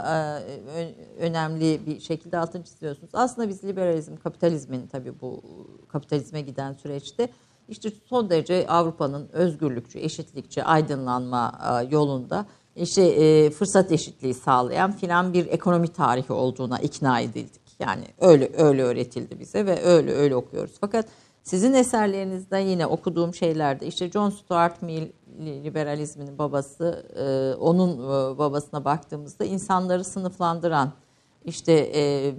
Speaker 3: önemli bir şekilde altını çiziyorsunuz. Aslında biz liberalizm, kapitalizmin tabii bu kapitalizme giden süreçte işte son derece Avrupa'nın özgürlükçü, eşitlikçi, aydınlanma yolunda işte fırsat eşitliği sağlayan filan bir ekonomi tarihi olduğuna ikna edildik. Yani öyle öğretildi bize ve öyle okuyoruz. Fakat sizin eserlerinizde yine okuduğum şeylerde işte John Stuart Mill liberalizmin babası, onun babasına baktığımızda insanları sınıflandıran işte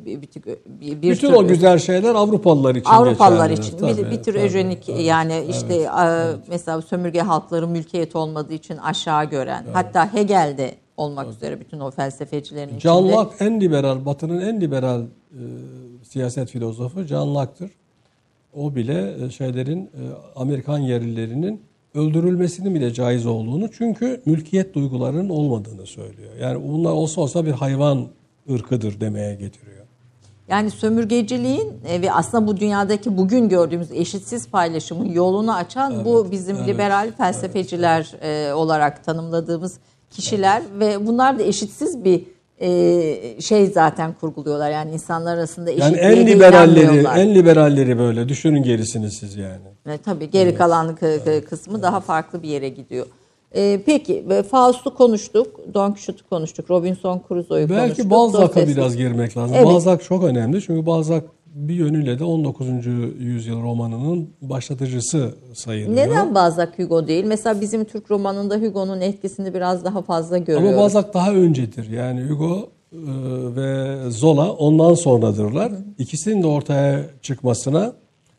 Speaker 2: bütün o güzel şeyler Avrupalılar için
Speaker 3: Avrupalılar için
Speaker 2: tabii,
Speaker 3: bir tür
Speaker 2: tabii,
Speaker 3: ejenik
Speaker 2: tabii,
Speaker 3: yani işte
Speaker 2: evet.
Speaker 3: mesela sömürge halkları mülkiyet olmadığı için aşağı gören, hatta Hegel'de olmak üzere bütün o felsefecilerin içinde.
Speaker 2: John Locke en liberal, Batı'nın en liberal siyaset filozofu John Locke'tır. O bile Amerikan yerlilerinin öldürülmesinin bile caiz olduğunu, çünkü mülkiyet duygularının olmadığını söylüyor. Yani bunlar olsa bir hayvan ırkıdır demeye getiriyor.
Speaker 3: Yani sömürgeciliğin ve aslında bu dünyadaki bugün gördüğümüz eşitsiz paylaşımın yolunu açan bu bizim liberal felsefeciler olarak tanımladığımız kişiler ve bunlar da eşitsiz bir şey zaten kurguluyorlar. Yani insanlar arasında eşitliğe
Speaker 2: yani en liberalleri böyle. Düşünün gerisini siz yani.
Speaker 3: Tabii geri kalan kısmı daha farklı bir yere gidiyor. Peki Faust'u konuştuk, Don Quixote'u konuştuk, Robinson Crusoe'yu konuştuk.
Speaker 2: Belki Balzac'a biraz girmek lazım.
Speaker 3: Evet.
Speaker 2: Balzac çok önemli çünkü Balzac bir yönüyle de 19. yüzyıl romanının başlatıcısı sayılıyor.
Speaker 3: Neden Balzac Hugo değil? Mesela bizim Türk romanında Hugo'nun etkisini biraz daha fazla görüyoruz.
Speaker 2: Ama Balzac daha öncedir. Yani Hugo ve Zola ondan sonradırlar. İkisinin de ortaya çıkmasına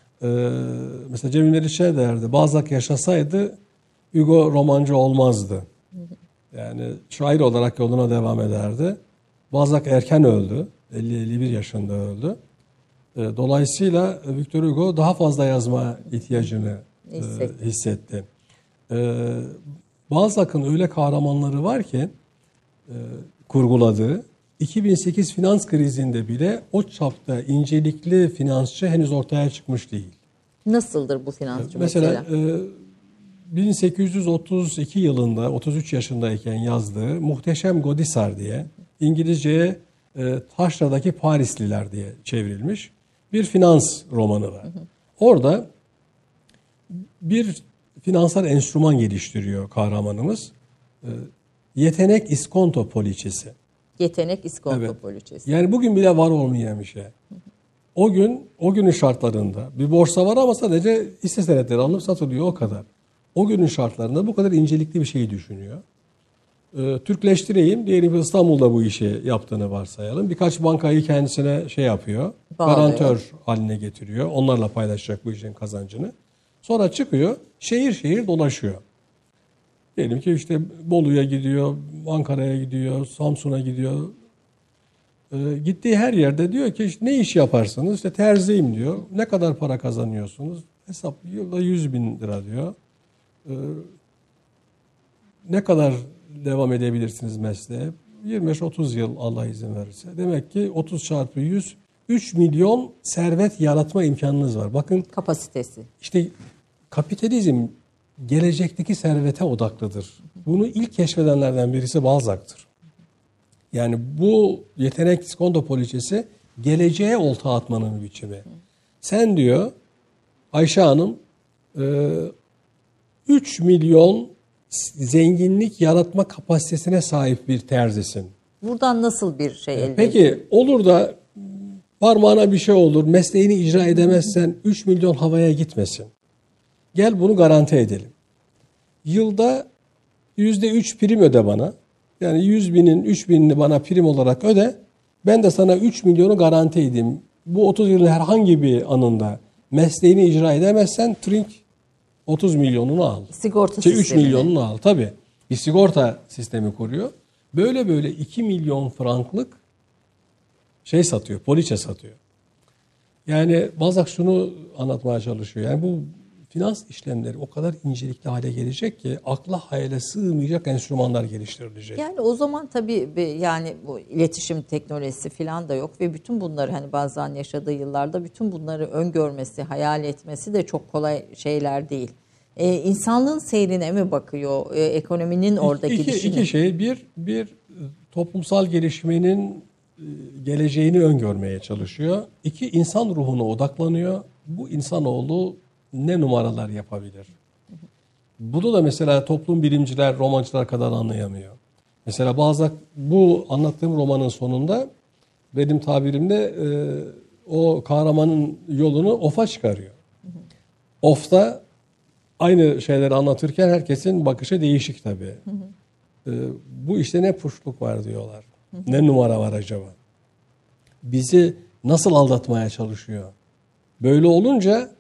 Speaker 2: mesela Cemil Meriç derdi. Balzac yaşasaydı Hugo romancı olmazdı. Yani şair olarak yoluna devam ederdi. Balzac erken öldü. 50-51 yaşında öldü. Dolayısıyla Victor Hugo daha fazla yazma ihtiyacını hissetti. Balzac'ın öyle kahramanları var ki kurguladığı 2008 finans krizinde bile o çapta incelikli finansçı henüz ortaya çıkmış değil.
Speaker 3: Nasıldır bu finansçı
Speaker 2: mesela? 1832 yılında 33 yaşındayken yazdığı Muhteşem Godisar diye, İngilizceye Taşra'daki Parisliler diye çevrilmiş bir finans romanı var. Orada bir finansal enstrüman geliştiriyor kahramanımız. Yetenek iskonto poliçesi.
Speaker 3: Yetenek iskonto poliçesi.
Speaker 2: Yani bugün bile var olmayan bir şey. O günün şartlarında bir borsa var ama sadece hisse senetleri alınıp satılıyor, o kadar. O günün şartlarında bu kadar incelikli bir şeyi düşünüyor. Türkleştireyim. Diyelim ki İstanbul'da bu işi yaptığını varsayalım. Birkaç bankayı kendisine yapıyor. Garantör haline getiriyor. Onlarla paylaşacak bu işin kazancını. Sonra çıkıyor. Şehir şehir dolaşıyor. Diyelim ki işte Bolu'ya gidiyor, Ankara'ya gidiyor, Samsun'a gidiyor. Gittiği her yerde diyor ki işte ne iş yaparsınız? İşte terziyim diyor. Ne kadar para kazanıyorsunuz? Hesap yılda 100.000 lira diyor. Ne kadar devam edebilirsiniz mesleğe? 25-30 yıl Allah izin verirse. Demek ki 30 çarpı 100, 3 milyon servet yaratma imkanınız var. Bakın
Speaker 3: Kapasitesi.
Speaker 2: işte kapitalizm gelecekteki servete odaklıdır. Bunu ilk keşfedenlerden birisi Balzac'tır. Yani bu yetenek iskonto poliçesi geleceğe olta atmanın biçimi. Sen diyor Ayşe Hanım 3 milyon zenginlik yaratma kapasitesine sahip bir terzisin.
Speaker 3: Buradan nasıl bir şey elde
Speaker 2: Peki olur da parmağına bir şey olur, mesleğini icra edemezsen 3 milyon havaya gitmesin. Gel bunu garanti edelim. Yılda %3 prim öde bana. Yani 100 binin 3 binini bana prim olarak öde. Ben de sana 3 milyonu garanti edeyim. Bu 30 yılın herhangi bir anında mesleğini icra edemezsen trink 30 milyonunu al.
Speaker 3: Sigorta
Speaker 2: 3
Speaker 3: sistemi.
Speaker 2: milyonunu al. Tabii. Bir sigorta sistemi kuruyor. Böyle 2 milyon franklık şey satıyor, poliçe satıyor. Yani Balzac şunu anlatmaya çalışıyor. Yani bu finans işlemleri o kadar incelikli hale gelecek ki akla hayale sığmayacak enstrümanlar geliştirilecek.
Speaker 3: Yani o zaman tabii yani bu iletişim teknolojisi falan da yok ve bütün bunları hani bazen yaşadığı yıllarda bütün bunları öngörmesi, hayal etmesi de çok kolay şeyler değil. İnsanlığın seyrine mi bakıyor, ekonominin orada gidişine?
Speaker 2: İki şey. Bir toplumsal gelişmenin geleceğini öngörmeye çalışıyor. İki, insan ruhuna odaklanıyor. Bu insanoğlu ne numaralar yapabilir? Bunu da mesela toplum bilimciler, romancılar kadar anlayamıyor. Mesela Balzac bu anlattığım romanın sonunda benim tabirimde o kahramanın yolunu Of'a çıkarıyor. Of'ta aynı şeyleri anlatırken herkesin bakışı değişik tabii. Bu işte ne puşluk var diyorlar. Ne numara var acaba? Bizi nasıl aldatmaya çalışıyor? Böyle olunca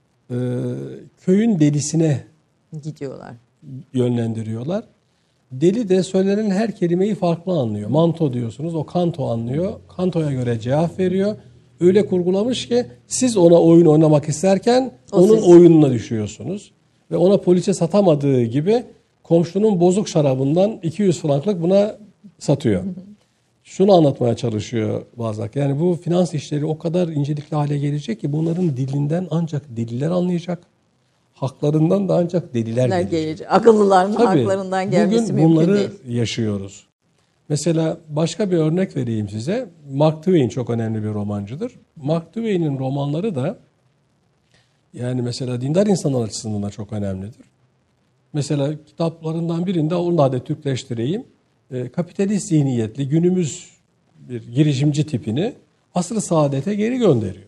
Speaker 2: köyün delisine
Speaker 3: gidiyorlar.
Speaker 2: Yönlendiriyorlar. Deli de söylenen her kelimeyi farklı anlıyor. Manto diyorsunuz, o kanto anlıyor. Kantoya göre cevap veriyor. Öyle kurgulamış ki siz ona oyun oynamak isterken onun oyununa düşüyorsunuz. Ve ona poliçe satamadığı gibi komşunun bozuk şarabından 200 franklık buna satıyor. Şunu anlatmaya çalışıyor Balzac. Yani bu finans işleri o kadar incelikli hale gelecek ki bunların dilinden ancak deliler anlayacak. Haklarından da ancak deliler gelecek.
Speaker 3: Akıllıların haklarından gelmesi
Speaker 2: bugün
Speaker 3: mümkün değil.
Speaker 2: bunları yaşıyoruz. Mesela başka bir örnek vereyim size. Mark Twain çok önemli bir romancıdır. Mark Twain'in romanları da yani mesela dindar insanlar açısından da çok önemlidir. Mesela kitaplarından birinde onu da Türkleştireyim. Kapitalist zihniyetli günümüz bir girişimci tipini asr-ı saadete geri gönderiyor.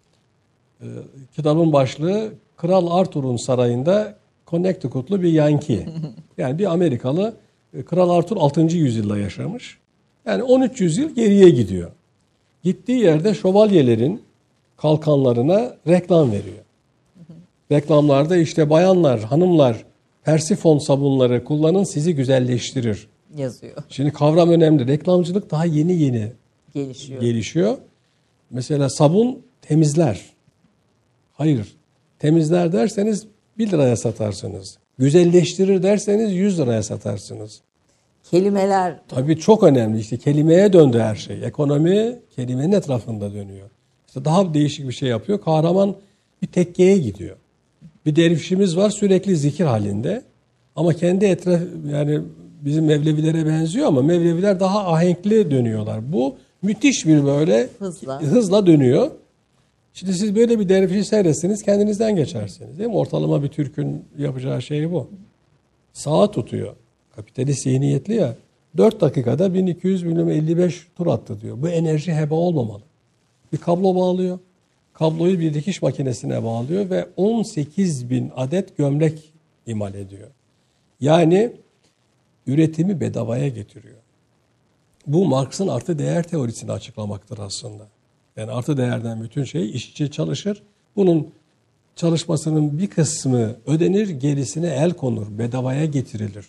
Speaker 2: Kitabın başlığı Kral Arthur'un sarayında Connecticut'lu bir Yankee. Yani bir Amerikalı. Kral Arthur 6. yüzyılda yaşamış. Yani 13 yüzyıl geriye gidiyor. Gittiği yerde şövalyelerin kalkanlarına reklam veriyor. Reklamlarda işte bayanlar, hanımlar Persifon sabunları kullanın sizi güzelleştirir
Speaker 3: yazıyor.
Speaker 2: Şimdi kavram önemli. Reklamcılık daha yeni gelişiyor. Mesela sabun temizler. Hayır. Temizler derseniz 1 liraya satarsınız. Güzelleştirir derseniz 100 liraya satarsınız.
Speaker 3: Kelimeler.
Speaker 2: Tabii çok önemli. İşte kelimeye döndü her şey. Ekonomi kelimenin etrafında dönüyor. İşte daha değişik bir şey yapıyor. Kahraman bir tekkeye gidiyor. Bir dervişimiz var sürekli zikir halinde. Ama kendi yani bizim Mevlevilere benziyor ama Mevleviler daha ahenkli dönüyorlar. Bu müthiş bir böyle hızla dönüyor. Şimdi siz böyle bir dervişi seyretseniz kendinizden geçersiniz. Değil mi? Ortalama bir Türk'ün yapacağı şey bu. Sağa tutuyor. Kapitalist zihniyetli ya. 4 dakikada 1200 milyon 55 tur attı diyor. Bu enerji heba olmamalı. Bir kablo bağlıyor. Kabloyu bir dikiş makinesine bağlıyor ve 18.000 adet gömlek imal ediyor. Yani üretimi bedavaya getiriyor. Bu Marx'ın artı değer teorisini açıklamaktır aslında. Yani artı değerden bütün şey işçi çalışır. Bunun çalışmasının bir kısmı ödenir, gerisine el konur, bedavaya getirilir.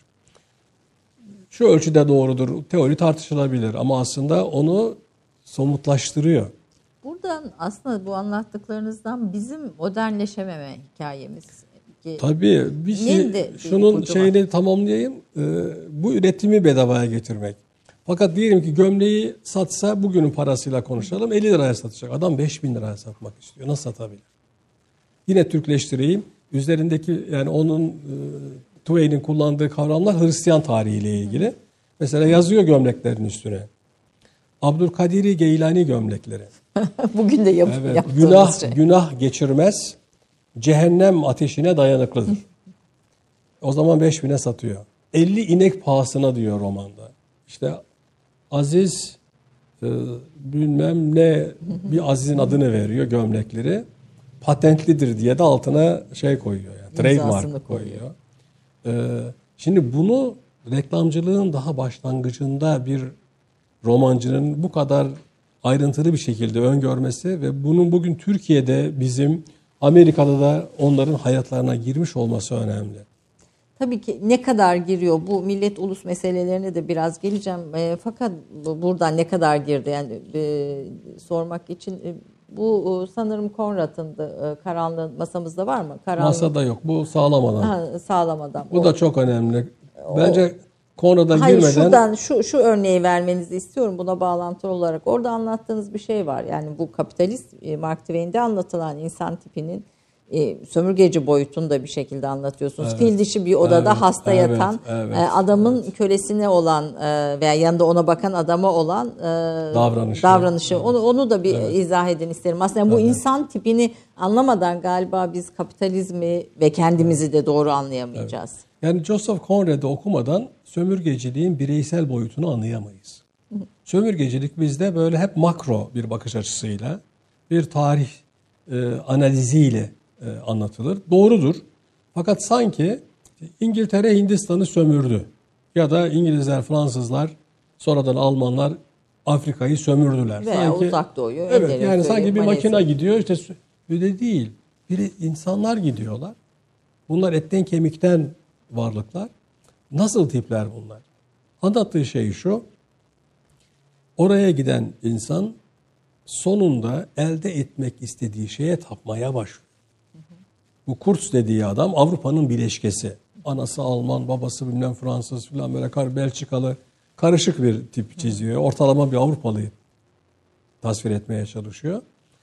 Speaker 2: Şu ölçüde doğrudur, teori tartışılabilir ama aslında onu somutlaştırıyor.
Speaker 3: Buradan aslında bu anlattıklarınızdan bizim modernleşememe hikayemiz.
Speaker 2: Tabii şunun şeyini tamamlayayım. Bu üretimi bedavaya getirmek. Fakat diyelim ki gömleği satsa, bugünün parasıyla konuşalım, 50 liraya satacak. Adam 5.000 liraya satmak istiyor. Nasıl satabilir? Yine Türkleştireyim. Üzerindeki, yani onun Twain'in kullandığı kavramlar Hristiyan tarihiyle ilgili. Mesela yazıyor gömleklerin üstüne. Abdülkadir Geylani gömlekleri.
Speaker 3: Bugün de
Speaker 2: Evet,
Speaker 3: yaptığımız şey.
Speaker 2: günah geçirmez, cehennem ateşine dayanıklıdır. O zaman 5.000'e satıyor. 50 inek pahasına diyor romanda. İşte Aziz bilmem ne, bir Aziz'in adını veriyor gömlekleri. Patentlidir diye de altına şey koyuyor. Yani, trademark koyuyor. Şimdi bunu reklamcılığın daha başlangıcında bir romancının bu kadar ayrıntılı bir şekilde öngörmesi ve bunun bugün Türkiye'de, bizim Amerika'da da onların hayatlarına girmiş olması önemli.
Speaker 3: Tabii ki ne kadar giriyor, bu millet ulus meselelerine de biraz geleceğim. Fakat buradan ne kadar girdi yani sormak için, bu sanırım Konrad'ındı. Karanlığın masamızda var mı?
Speaker 2: Masada yok. Bu sağlam adam.
Speaker 3: Ha, sağlam adam.
Speaker 2: Bu da çok önemli. Bence Konrad'a girmeden...
Speaker 3: Şuradan şu örneği vermenizi istiyorum buna bağlantılı olarak. Orada anlattığınız bir şey var. Yani bu kapitalist Mark Twain'de anlatılan insan tipinin sömürgeci boyutunu da bir şekilde anlatıyorsunuz. Evet. Fil dişi bir odada hasta yatan, adamın kölesine olan veya yanında ona bakan adama olan davranışı. Evet. Onu da bir izah edin isterim. Aslında bu insan tipini anlamadan galiba biz kapitalizmi ve kendimizi de doğru anlayamayacağız.
Speaker 2: Evet. Yani Joseph Conrad'ı okumadan sömürgeciliğin bireysel boyutunu anlayamayız. Sömürgecilik bizde böyle hep makro bir bakış açısıyla, bir tarih analiziyle anlatılır. Doğrudur. Fakat sanki İngiltere Hindistan'ı sömürdü. Ya da İngilizler, Fransızlar, sonradan Almanlar Afrika'yı sömürdüler.
Speaker 3: Veya
Speaker 2: sanki,
Speaker 3: Uzak Doğu'yu.
Speaker 2: Evet, yani sanki bir makine gidiyor. İşte öyle değil. İnsanlar gidiyorlar. Bunlar etten kemikten varlıklar. Nasıl tipler bunlar? Anlattığı şey şu. Oraya giden insan sonunda elde etmek istediği şeye tapmaya başlıyor. Bu Kurz dediği adam Avrupa'nın bileşkesi. Anası Alman, babası bilmem Fransız falan, böyle Belçikalı, karışık bir tip çiziyor. Ortalama bir Avrupalıyı tasvir etmeye çalışıyor.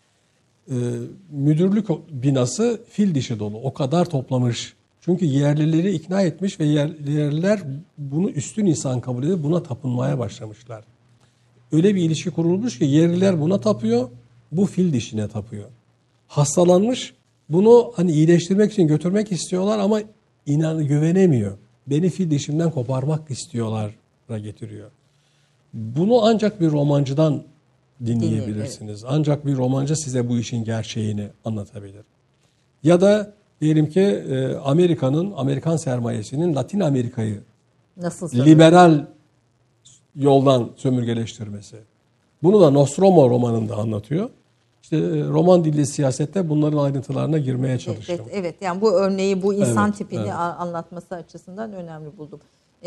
Speaker 2: Müdürlük binası fil dişi dolu. O kadar toplamış. Çünkü yerlileri ikna etmiş ve yerliler bunu üstün insan kabul edip buna tapınmaya başlamışlar. Öyle bir ilişki kurulmuş ki yerliler buna tapıyor, bu fil dişine tapıyor. Hastalanmış, bunu hani iyileştirmek için götürmek istiyorlar ama güvenemiyor. Beni fil dişimden koparmak istiyorlar'a getiriyor. Bunu ancak bir romancıdan dinleyebilirsiniz. Evet. Ancak bir romancı size bu işin gerçeğini anlatabilir. Ya da diyelim ki Amerikan sermayesinin Latin Amerika'yı liberal yoldan sömürgeleştirmesi. Bunu da Nostromo romanında anlatıyor. İşte roman dilli siyasette bunların ayrıntılarına girmeye çalıştım.
Speaker 3: Evet, yani bu örneği, bu insan tipini anlatması açısından önemli buldum.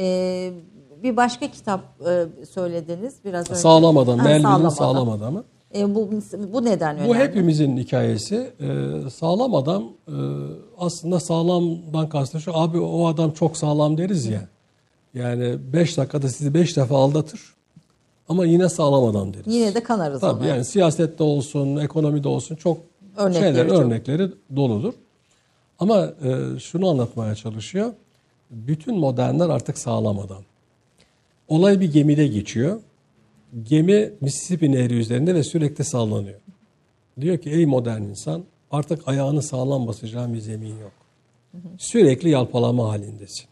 Speaker 3: Bir başka kitap söylediniz biraz önce.
Speaker 2: Sağlam Adam, Melville'in Sağlam Adamı.
Speaker 3: Bu neden önemli?
Speaker 2: Bu hepimizin hikayesi. Sağlam adam aslında sağlamdan kastı şu, abi o adam çok sağlam deriz ya. Yani 5 dakikada sizi 5 defa aldatır ama yine sağlam adam deriz.
Speaker 3: Yine de kanarız.
Speaker 2: Tabii yani siyasette olsun, ekonomide olsun çok örnekleri doludur. Ama şunu anlatmaya çalışıyor. Bütün modernler artık sağlam adam. Olay bir gemide geçiyor. Gemi Mississippi Nehri üzerinde ve sürekli sallanıyor. Diyor ki ey modern insan, artık ayağını sağlam basacağın bir zemin yok. Sürekli yalpalama halindesin.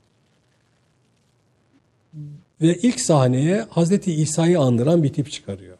Speaker 2: Ve ilk sahneye Hazreti İsa'yı andıran bir tip çıkarıyor.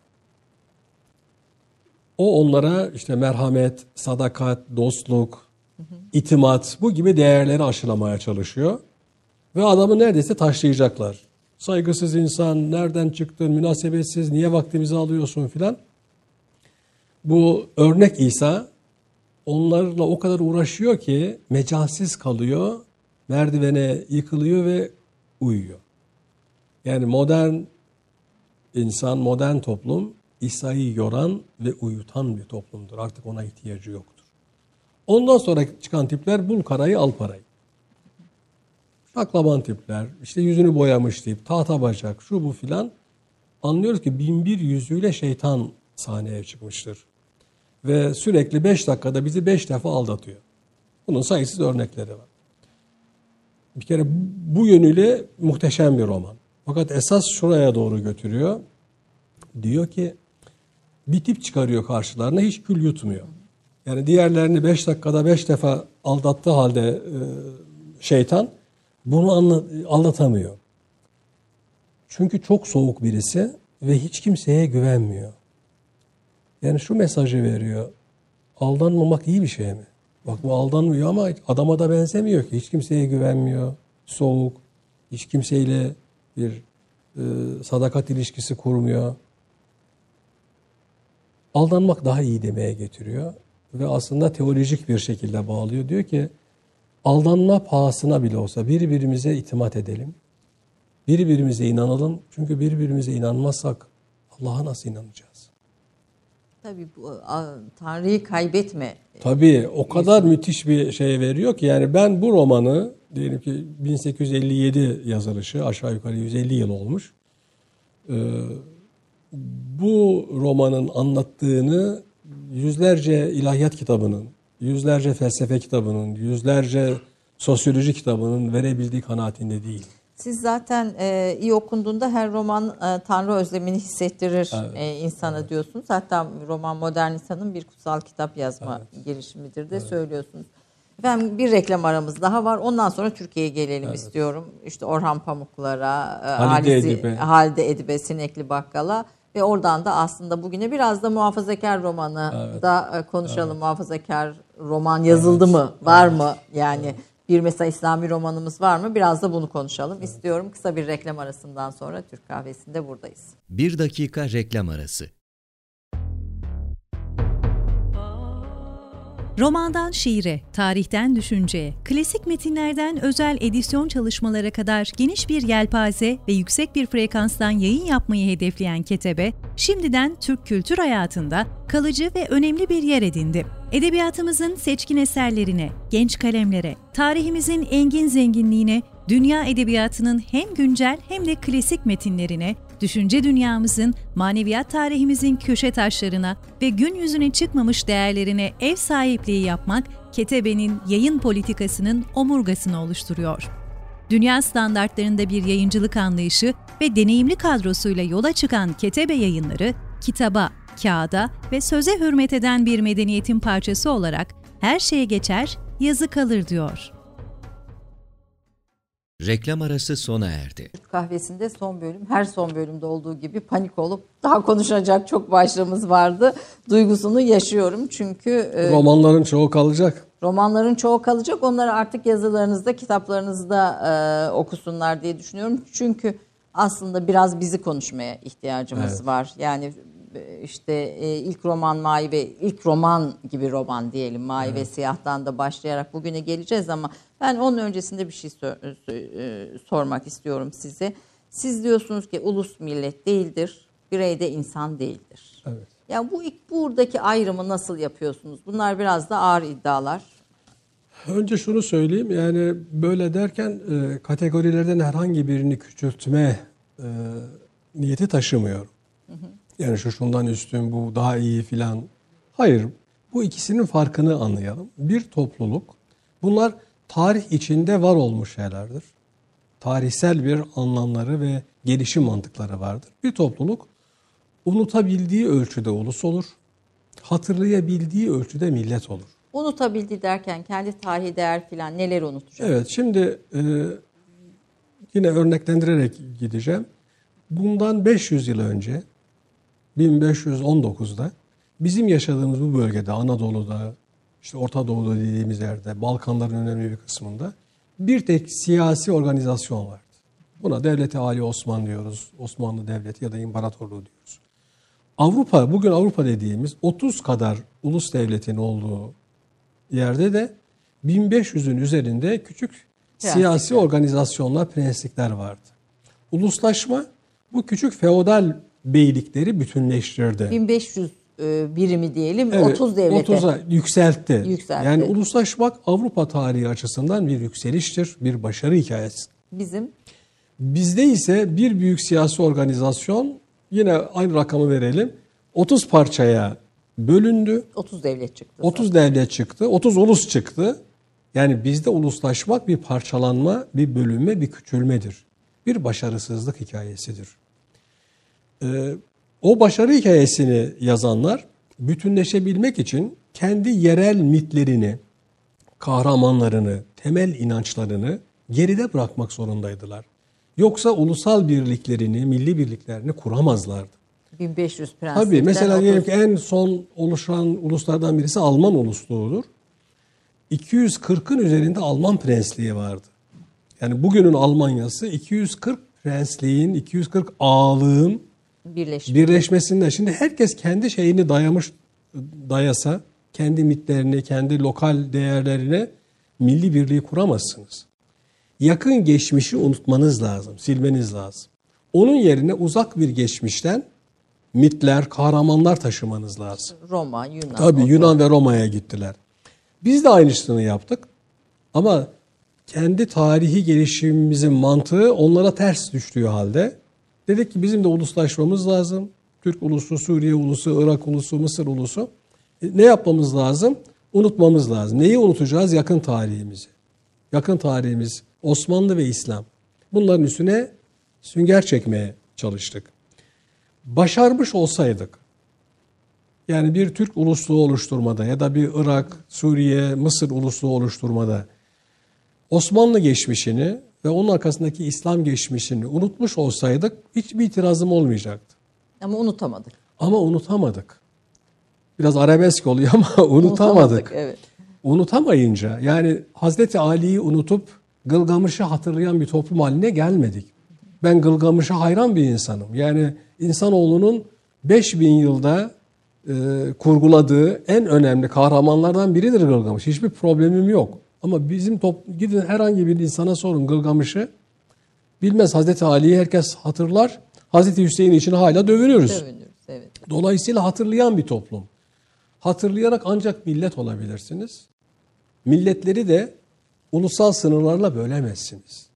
Speaker 2: O onlara işte merhamet, sadakat, dostluk, itimat, bu gibi değerleri aşılamaya çalışıyor. Ve adamı neredeyse taşlayacaklar. Saygısız insan, nereden çıktın, münasebetsiz, niye vaktimizi alıyorsun filan. Bu örnek İsa onlarla o kadar uğraşıyor ki mecalsiz kalıyor, merdivene yıkılıyor ve uyuyor. Yani modern insan, modern toplum İsa'yı yoran ve uyutan bir toplumdur. Artık ona ihtiyacı yoktur. Ondan sonra çıkan tipler bul karayı al parayı. şaklaban tipler, işte yüzünü boyamış tip, tahta bacak, şu bu filan. Anlıyoruz ki binbir yüzüyle şeytan sahneye çıkmıştır. Ve sürekli 5 dakikada bizi 5 defa aldatıyor. Bunun sayısız örnekleri var. Bir kere bu yönüyle muhteşem bir roman. Fakat esas şuraya doğru götürüyor. Diyor ki bir tip çıkarıyor karşılarına, hiç kül yutmuyor. Yani diğerlerini 5 dakikada 5 defa aldattığı halde şeytan bunu anlatamıyor. Çünkü çok soğuk birisi ve hiç kimseye güvenmiyor. Yani şu mesajı veriyor. Aldanmamak iyi bir şey mi? Bak bu aldanmıyor ama adama da benzemiyor ki. Hiç kimseye güvenmiyor. Soğuk. Hiç kimseyle bir sadakat ilişkisi kurmuyor. Aldanmak daha iyi demeye getiriyor. Ve aslında teolojik bir şekilde bağlıyor. Diyor ki aldanma pahasına bile olsa birbirimize itimat edelim. Birbirimize inanalım. Çünkü birbirimize inanmazsak Allah'a nasıl inanacağız?
Speaker 3: Tabii bu Tanrı'yı kaybetme.
Speaker 2: Tabii o kadar müthiş bir şey veriyor ki yani ben bu romanı diyelim ki 1857 yazılışı aşağı yukarı 150 yıl olmuş. Bu romanın anlattığını yüzlerce ilahiyat kitabının, yüzlerce felsefe kitabının, yüzlerce sosyoloji kitabının verebildiği kanaatinde değil.
Speaker 3: Siz zaten iyi okunduğunda her roman Tanrı özlemini hissettirir insana diyorsunuz. Hatta roman modern insanın bir kutsal kitap yazma girişimidir de söylüyorsunuz. Efendim bir reklam aramız daha var. Ondan sonra Türkiye'ye gelelim istiyorum. İşte Orhan Pamuklar'a, Halide Edip'e, Sinekli Bakkal'a ve oradan da aslında bugüne biraz da muhafazakar romanı da konuşalım. Muhafazakar roman yazıldı mı? Var mı? Yani bir mesela İslami romanımız var mı? Biraz da bunu konuşalım istiyorum. Kısa bir reklam arasından sonra Türk Kahvesi'nde buradayız.
Speaker 4: 1 dakika reklam arası.
Speaker 5: Romandan şiire, tarihten düşünceye, klasik metinlerden özel edisyon çalışmalara kadar geniş bir yelpaze ve yüksek bir frekanstan yayın yapmayı hedefleyen Ketebe, şimdiden Türk kültür hayatında kalıcı ve önemli bir yer edindi. Edebiyatımızın seçkin eserlerine, genç kalemlere, tarihimizin engin zenginliğine, dünya edebiyatının hem güncel hem de klasik metinlerine, düşünce dünyamızın, maneviyat tarihimizin köşe taşlarına ve gün yüzüne çıkmamış değerlerine ev sahipliği yapmak, Ketebe'nin yayın politikasının omurgasını oluşturuyor. Dünya standartlarında bir yayıncılık anlayışı ve deneyimli kadrosuyla yola çıkan Ketebe Yayınları, kitaba, kağıda ve söze hürmet eden bir medeniyetin parçası olarak her şeye geçer, yazı kalır diyor.
Speaker 4: Reklam arası sona erdi.
Speaker 3: Türk Kahvesi'nde son bölüm, her son bölümde olduğu gibi panik olup daha konuşacak çok başlığımız vardı. Duygusunu yaşıyorum çünkü...
Speaker 2: Romanların çoğu kalacak.
Speaker 3: Romanların çoğu kalacak. Onları artık yazılarınızda, kitaplarınızda okusunlar diye düşünüyorum. Çünkü aslında biraz bizi konuşmaya ihtiyacımız var. Yani işte ilk roman Mavi ve ilk roman gibi roman diyelim. Mavi ve Siyah'tan da başlayarak bugüne geleceğiz ama ben onun öncesinde bir şey sormak istiyorum size. Siz diyorsunuz ki ulus millet değildir, birey de insan değildir.
Speaker 2: Evet.
Speaker 3: Ya buradaki ayrımı nasıl yapıyorsunuz? Bunlar biraz da ağır iddialar.
Speaker 2: Önce şunu söyleyeyim, yani böyle derken kategorilerden herhangi birini küçültme niyeti taşımıyorum. Yani şundan üstün, bu daha iyi filan. Hayır, bu ikisinin farkını anlayalım. Bir topluluk, bunlar tarih içinde var olmuş şeylerdir. Tarihsel bir anlamları ve gelişim mantıkları vardır. Bir topluluk unutabildiği ölçüde ulus olur, hatırlayabildiği ölçüde millet olur.
Speaker 3: Unutabildiği derken kendi tarihi değer filan neleri unutacak?
Speaker 2: Evet, şimdi yine örneklendirerek gideceğim. Bundan 500 yıl önce, 1519'da bizim yaşadığımız bu bölgede, Anadolu'da, işte Orta Doğu'da dediğimiz yerde, Balkanların önemli bir kısmında bir tek siyasi organizasyon vardı. Buna Devlet-i Ali Osman diyoruz, Osmanlı Devleti ya da İmparatorluğu diyoruz. Avrupa, bugün Avrupa dediğimiz 30 kadar ulus devletin olduğu yerde de 1500'ün üzerinde küçük siyasi organizasyonlar, prenslikler vardı. Uluslaşma bu küçük feodal beylikleri bütünleştirdi.
Speaker 3: 1500 birimi diyelim,
Speaker 2: Evet,
Speaker 3: 30 devlete
Speaker 2: 30'a yükseltti.
Speaker 3: Yükseltti.
Speaker 2: Yani uluslaşmak Avrupa tarihi açısından bir yükseliştir, bir başarı hikayesi. Bizde ise bir büyük siyasi organizasyon, yine aynı rakamı verelim, 30 parçaya bölündü.
Speaker 3: 30 devlet çıktı.
Speaker 2: 30 devlet çıktı, 30 ulus çıktı. Yani bizde uluslaşmak bir parçalanma, bir bölünme, bir küçülmedir. Bir başarısızlık hikayesidir. O başarı hikayesini yazanlar bütünleşebilmek için kendi yerel mitlerini, kahramanlarını, temel inançlarını geride bırakmak zorundaydılar. Yoksa ulusal birliklerini, milli birliklerini kuramazlardı.
Speaker 3: 1500 prensipten
Speaker 2: Tabii mesela
Speaker 3: 30.
Speaker 2: diyelim ki en son oluşan uluslardan birisi Alman ulusluğudur. 240'ın üzerinde Alman prensliği vardı. Yani bugünün Almanya'sı 240 prensliğin, 240 ağalığın birleşmesinde. Şimdi herkes kendi şeyini dayasa, kendi mitlerini, kendi lokal değerlerine milli birliği kuramazsınız. Yakın geçmişi unutmanız lazım, silmeniz lazım. Onun yerine uzak bir geçmişten mitler, kahramanlar taşımanız lazım.
Speaker 3: Roma, Yunan.
Speaker 2: Tabii Yunan ve Roma'ya gittiler. Biz de aynısını yaptık. Ama kendi tarihi gelişimimizin mantığı onlara ters düştüğü halde dedik ki bizim de uluslaşmamız lazım. Türk ulusu, Suriye ulusu, Irak ulusu, Mısır ulusu. Ne yapmamız lazım? Unutmamız lazım. Neyi unutacağız? Yakın tarihimizi. Yakın tarihimiz Osmanlı ve İslam. Bunların üstüne sünger çekmeye çalıştık. Başarmış olsaydık, yani bir Türk ulusluğu oluşturmada ya da bir Irak, Suriye, Mısır ulusluğu oluşturmada Osmanlı geçmişini ve onun arkasındaki İslam geçmişini unutmuş olsaydık hiçbir itirazım olmayacaktı.
Speaker 3: Ama unutamadık.
Speaker 2: Ama unutamadık. Biraz arabesk oluyor ama unutamadık.
Speaker 3: Evet.
Speaker 2: Unutamayınca yani Hazreti Ali'yi unutup Gılgamış'ı hatırlayan bir toplum haline gelmedik. Ben Gılgamış'a hayran bir insanım. Yani insanoğlunun 5000 yılda kurguladığı en önemli kahramanlardan biridir Gılgamış. Hiçbir problemim yok. Ama bizim gidin herhangi bir insana sorun Gılgamış'ı. Bilmez. Hazreti Ali'yi herkes hatırlar. Hazreti Hüseyin için hala dövünüyoruz.
Speaker 3: Evet.
Speaker 2: Dolayısıyla hatırlayan bir toplum. Hatırlayarak ancak millet olabilirsiniz. Milletleri de ulusal sınırlarla bölemezsiniz.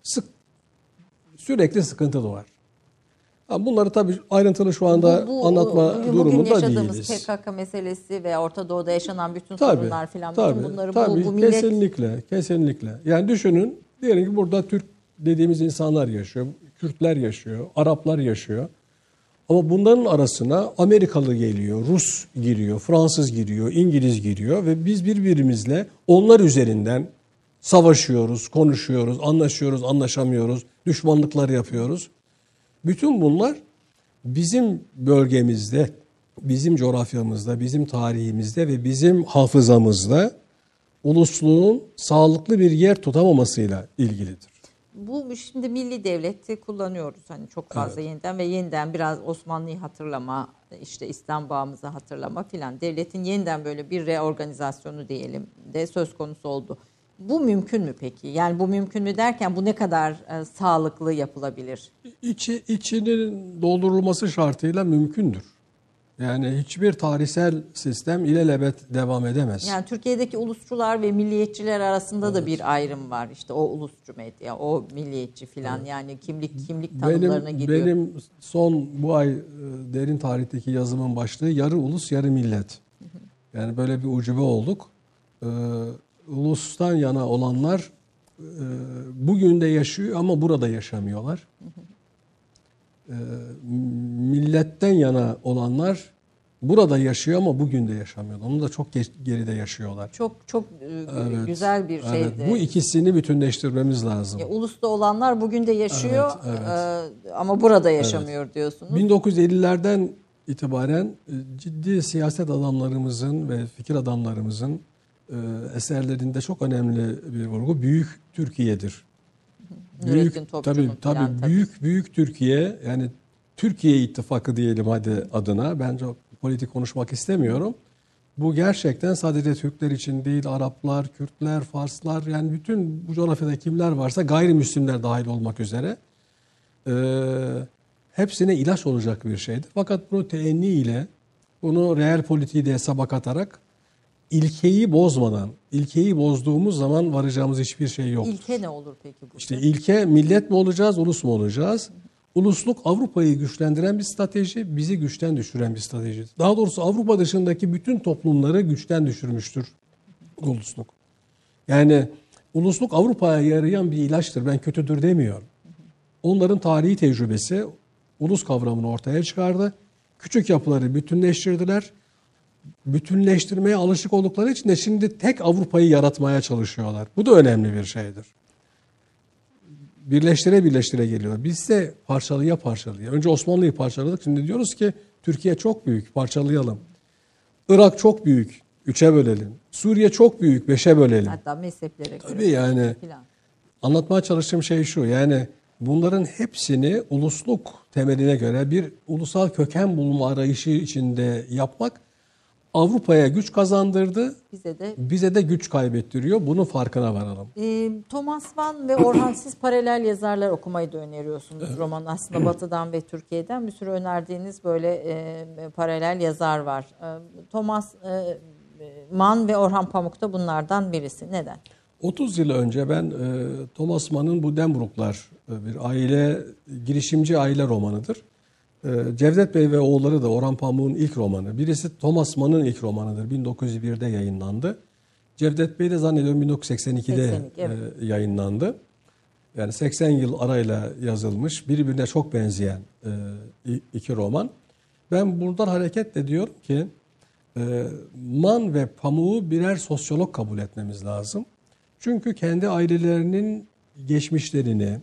Speaker 2: Sürekli sıkıntı doğar. Bunları tabii ayrıntılı şu anda anlatma durumunda değiliz.
Speaker 3: Bugün yaşadığımız PKK meselesi ve Orta Doğu'da yaşanan bütün sorunlar falan bütün bunları bu millet...
Speaker 2: Kesinlikle. Yani düşünün, diyelim ki burada Türk dediğimiz insanlar yaşıyor, Kürtler yaşıyor, Araplar yaşıyor. Ama bunların arasına Amerikalı geliyor, Rus giriyor, Fransız giriyor, İngiliz giriyor ve biz birbirimizle onlar üzerinden savaşıyoruz, konuşuyoruz, anlaşıyoruz, anlaşamıyoruz, düşmanlıklar yapıyoruz. Bütün bunlar bizim bölgemizde, bizim coğrafyamızda, bizim tarihimizde ve bizim hafızamızda ulusluğun sağlıklı bir yer tutamamasıyla ilgilidir.
Speaker 3: Bu şimdi milli devleti kullanıyoruz hani çok fazla yeniden ve yeniden biraz Osmanlı'yı hatırlama, işte İslam bağımızı hatırlama filan. Devletin yeniden böyle bir reorganizasyonu diyelim de söz konusu oldu. Bu mümkün mü peki? Yani bu mümkün mü derken bu ne kadar sağlıklı yapılabilir?
Speaker 2: İçinin doldurulması şartıyla mümkündür. Yani hiçbir tarihsel sistem ilelebet devam edemez.
Speaker 3: Yani Türkiye'deki ulusçular ve milliyetçiler arasında da bir ayrım var. İşte o ulusçu medya, o milliyetçi filan yani kimlik tanımlarına gidiyor.
Speaker 2: Benim son bu ay derin tarihteki yazımın başlığı yarı ulus yarı millet. Yani böyle bir ucube olduk. Ulustan yana olanlar bugün de yaşıyor ama burada yaşamıyorlar. Milletten yana olanlar burada yaşıyor ama bugün de yaşamıyorlar. Onu da çok geride yaşıyorlar.
Speaker 3: Çok güzel bir şeydi.
Speaker 2: Bu ikisini bütünleştirmemiz lazım.
Speaker 3: Ulusta olanlar bugün de yaşıyor ama burada yaşamıyor diyorsunuz.
Speaker 2: 1950'lerden itibaren ciddi siyaset adamlarımızın ve fikir adamlarımızın eserlerinde çok önemli bir vurgu büyük Türkiye'dir. Büyük Türkiye, yani Türkiye İttifakı diyelim hadi adına. Ben çok politik konuşmak istemiyorum. Bu gerçekten sadece Türkler için değil, Araplar, Kürtler, Farslar, yani bütün bu coğrafyada kimler varsa gayrimüslimler dahil olmak üzere hepsine ilaç olacak bir şeydi. Fakat bunu teenni ile Bunu reel politiği de hesaba katarak ilkeyi bozmadan, ilkeyi bozduğumuz zaman varacağımız hiçbir şey yok.
Speaker 3: İlke ne olur peki bu?
Speaker 2: İşte ilke millet mi olacağız, ulus mu olacağız? Ulusluk Avrupa'yı güçlendiren bir strateji, bizi güçten düşüren bir strateji. Daha doğrusu Avrupa dışındaki bütün toplumları güçten düşürmüştür ulusluk. Yani ulusluk Avrupa'ya yarayan bir ilaçtır. Ben kötüdür demiyorum. Onların tarihi tecrübesi ulus kavramını ortaya çıkardı. Küçük yapıları bütünleştirdiler. Bütünleştirmeye alışık oldukları için de şimdi tek Avrupa'yı yaratmaya çalışıyorlar. Bu da önemli bir şeydir. Birleştire birleştire geliyorlar. Biz de parçalıya parçalıya. Önce Osmanlı'yı parçaladık. Şimdi diyoruz ki Türkiye çok büyük, parçalayalım. Irak çok büyük, 3'e bölelim. Suriye çok büyük, 5'e bölelim.
Speaker 3: Hatta mezheplere göre.
Speaker 2: Tabii yani
Speaker 3: Falan.
Speaker 2: anlatmaya çalıştığım şey şu. Yani bunların hepsini ulusluk temeline göre bir ulusal köken bulma arayışı içinde yapmak Avrupa'ya güç kazandırdı. Bize de güç kaybettiriyor. Bunun farkına varalım.
Speaker 3: Thomas Mann ve Orhan, siz paralel yazarlar okumayı da öneriyorsunuz. Roman aslında Batı'dan ve Türkiye'den bir sürü önerdiğiniz böyle paralel yazar var. Thomas Mann ve Orhan Pamuk da bunlardan birisi. Neden?
Speaker 2: 30 yıl önce ben Thomas Mann'ın bu Denbrooklar bir aile, girişimci aile romanıdır. Cevdet Bey ve oğulları da Orhan Pamuk'un ilk romanı. Birisi Thomas Mann'ın ilk romanıdır. 1901'de yayınlandı. Cevdet Bey de zannediyorum 1982'de yayınlandı. Yani 80 yıl arayla yazılmış, birbirine çok benzeyen iki roman. Ben buradan hareketle diyorum ki Mann ve Pamuk'u birer sosyolog kabul etmemiz lazım. Çünkü kendi ailelerinin geçmişlerini,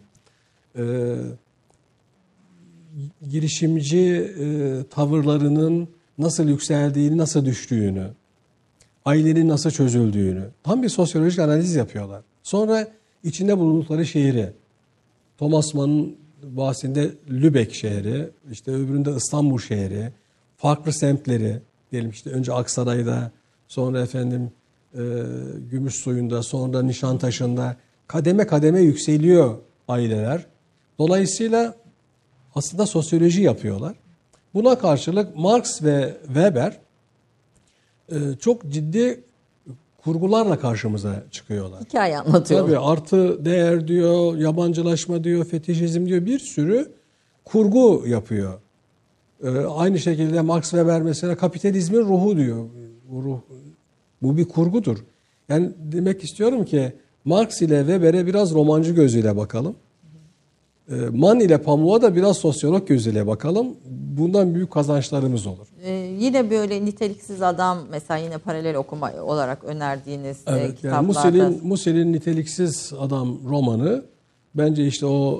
Speaker 2: girişimci tavırlarının nasıl yükseldiğini, nasıl düştüğünü, ailenin nasıl çözüldüğünü tam bir sosyolojik analiz yapıyorlar. Sonra içinde bulundukları şehri, Thomas Mann'ın bahsinde Lübeck şehri, işte öbüründe İstanbul şehri, farklı semtleri, diyelim işte önce Aksaray'da, sonra efendim Gümüşsuyu'nda, sonra Nişantaşı'nda kademe kademe yükseliyor aileler. Dolayısıyla aslında sosyoloji yapıyorlar. Buna karşılık Marx ve Weber çok ciddi kurgularla karşımıza çıkıyorlar.
Speaker 3: Hikaye anlatıyor.
Speaker 2: Tabii artı değer diyor, yabancılaşma diyor, fetişizm diyor, bir sürü kurgu yapıyor. Aynı şekilde Marx Weber mesela kapitalizmin ruhu diyor. Bu bir kurgudur. Yani demek istiyorum ki Marx ile Weber'e biraz romancı gözüyle bakalım. Mann ile Pamuk'a da biraz sosyolog gözüyle bakalım. Bundan büyük kazançlarımız olur.
Speaker 3: Yine böyle niteliksiz adam mesela yine paralel okuma olarak önerdiğiniz
Speaker 2: evet,
Speaker 3: kitaplarda.
Speaker 2: Yani Musil'in Niteliksiz Adam romanı bence işte o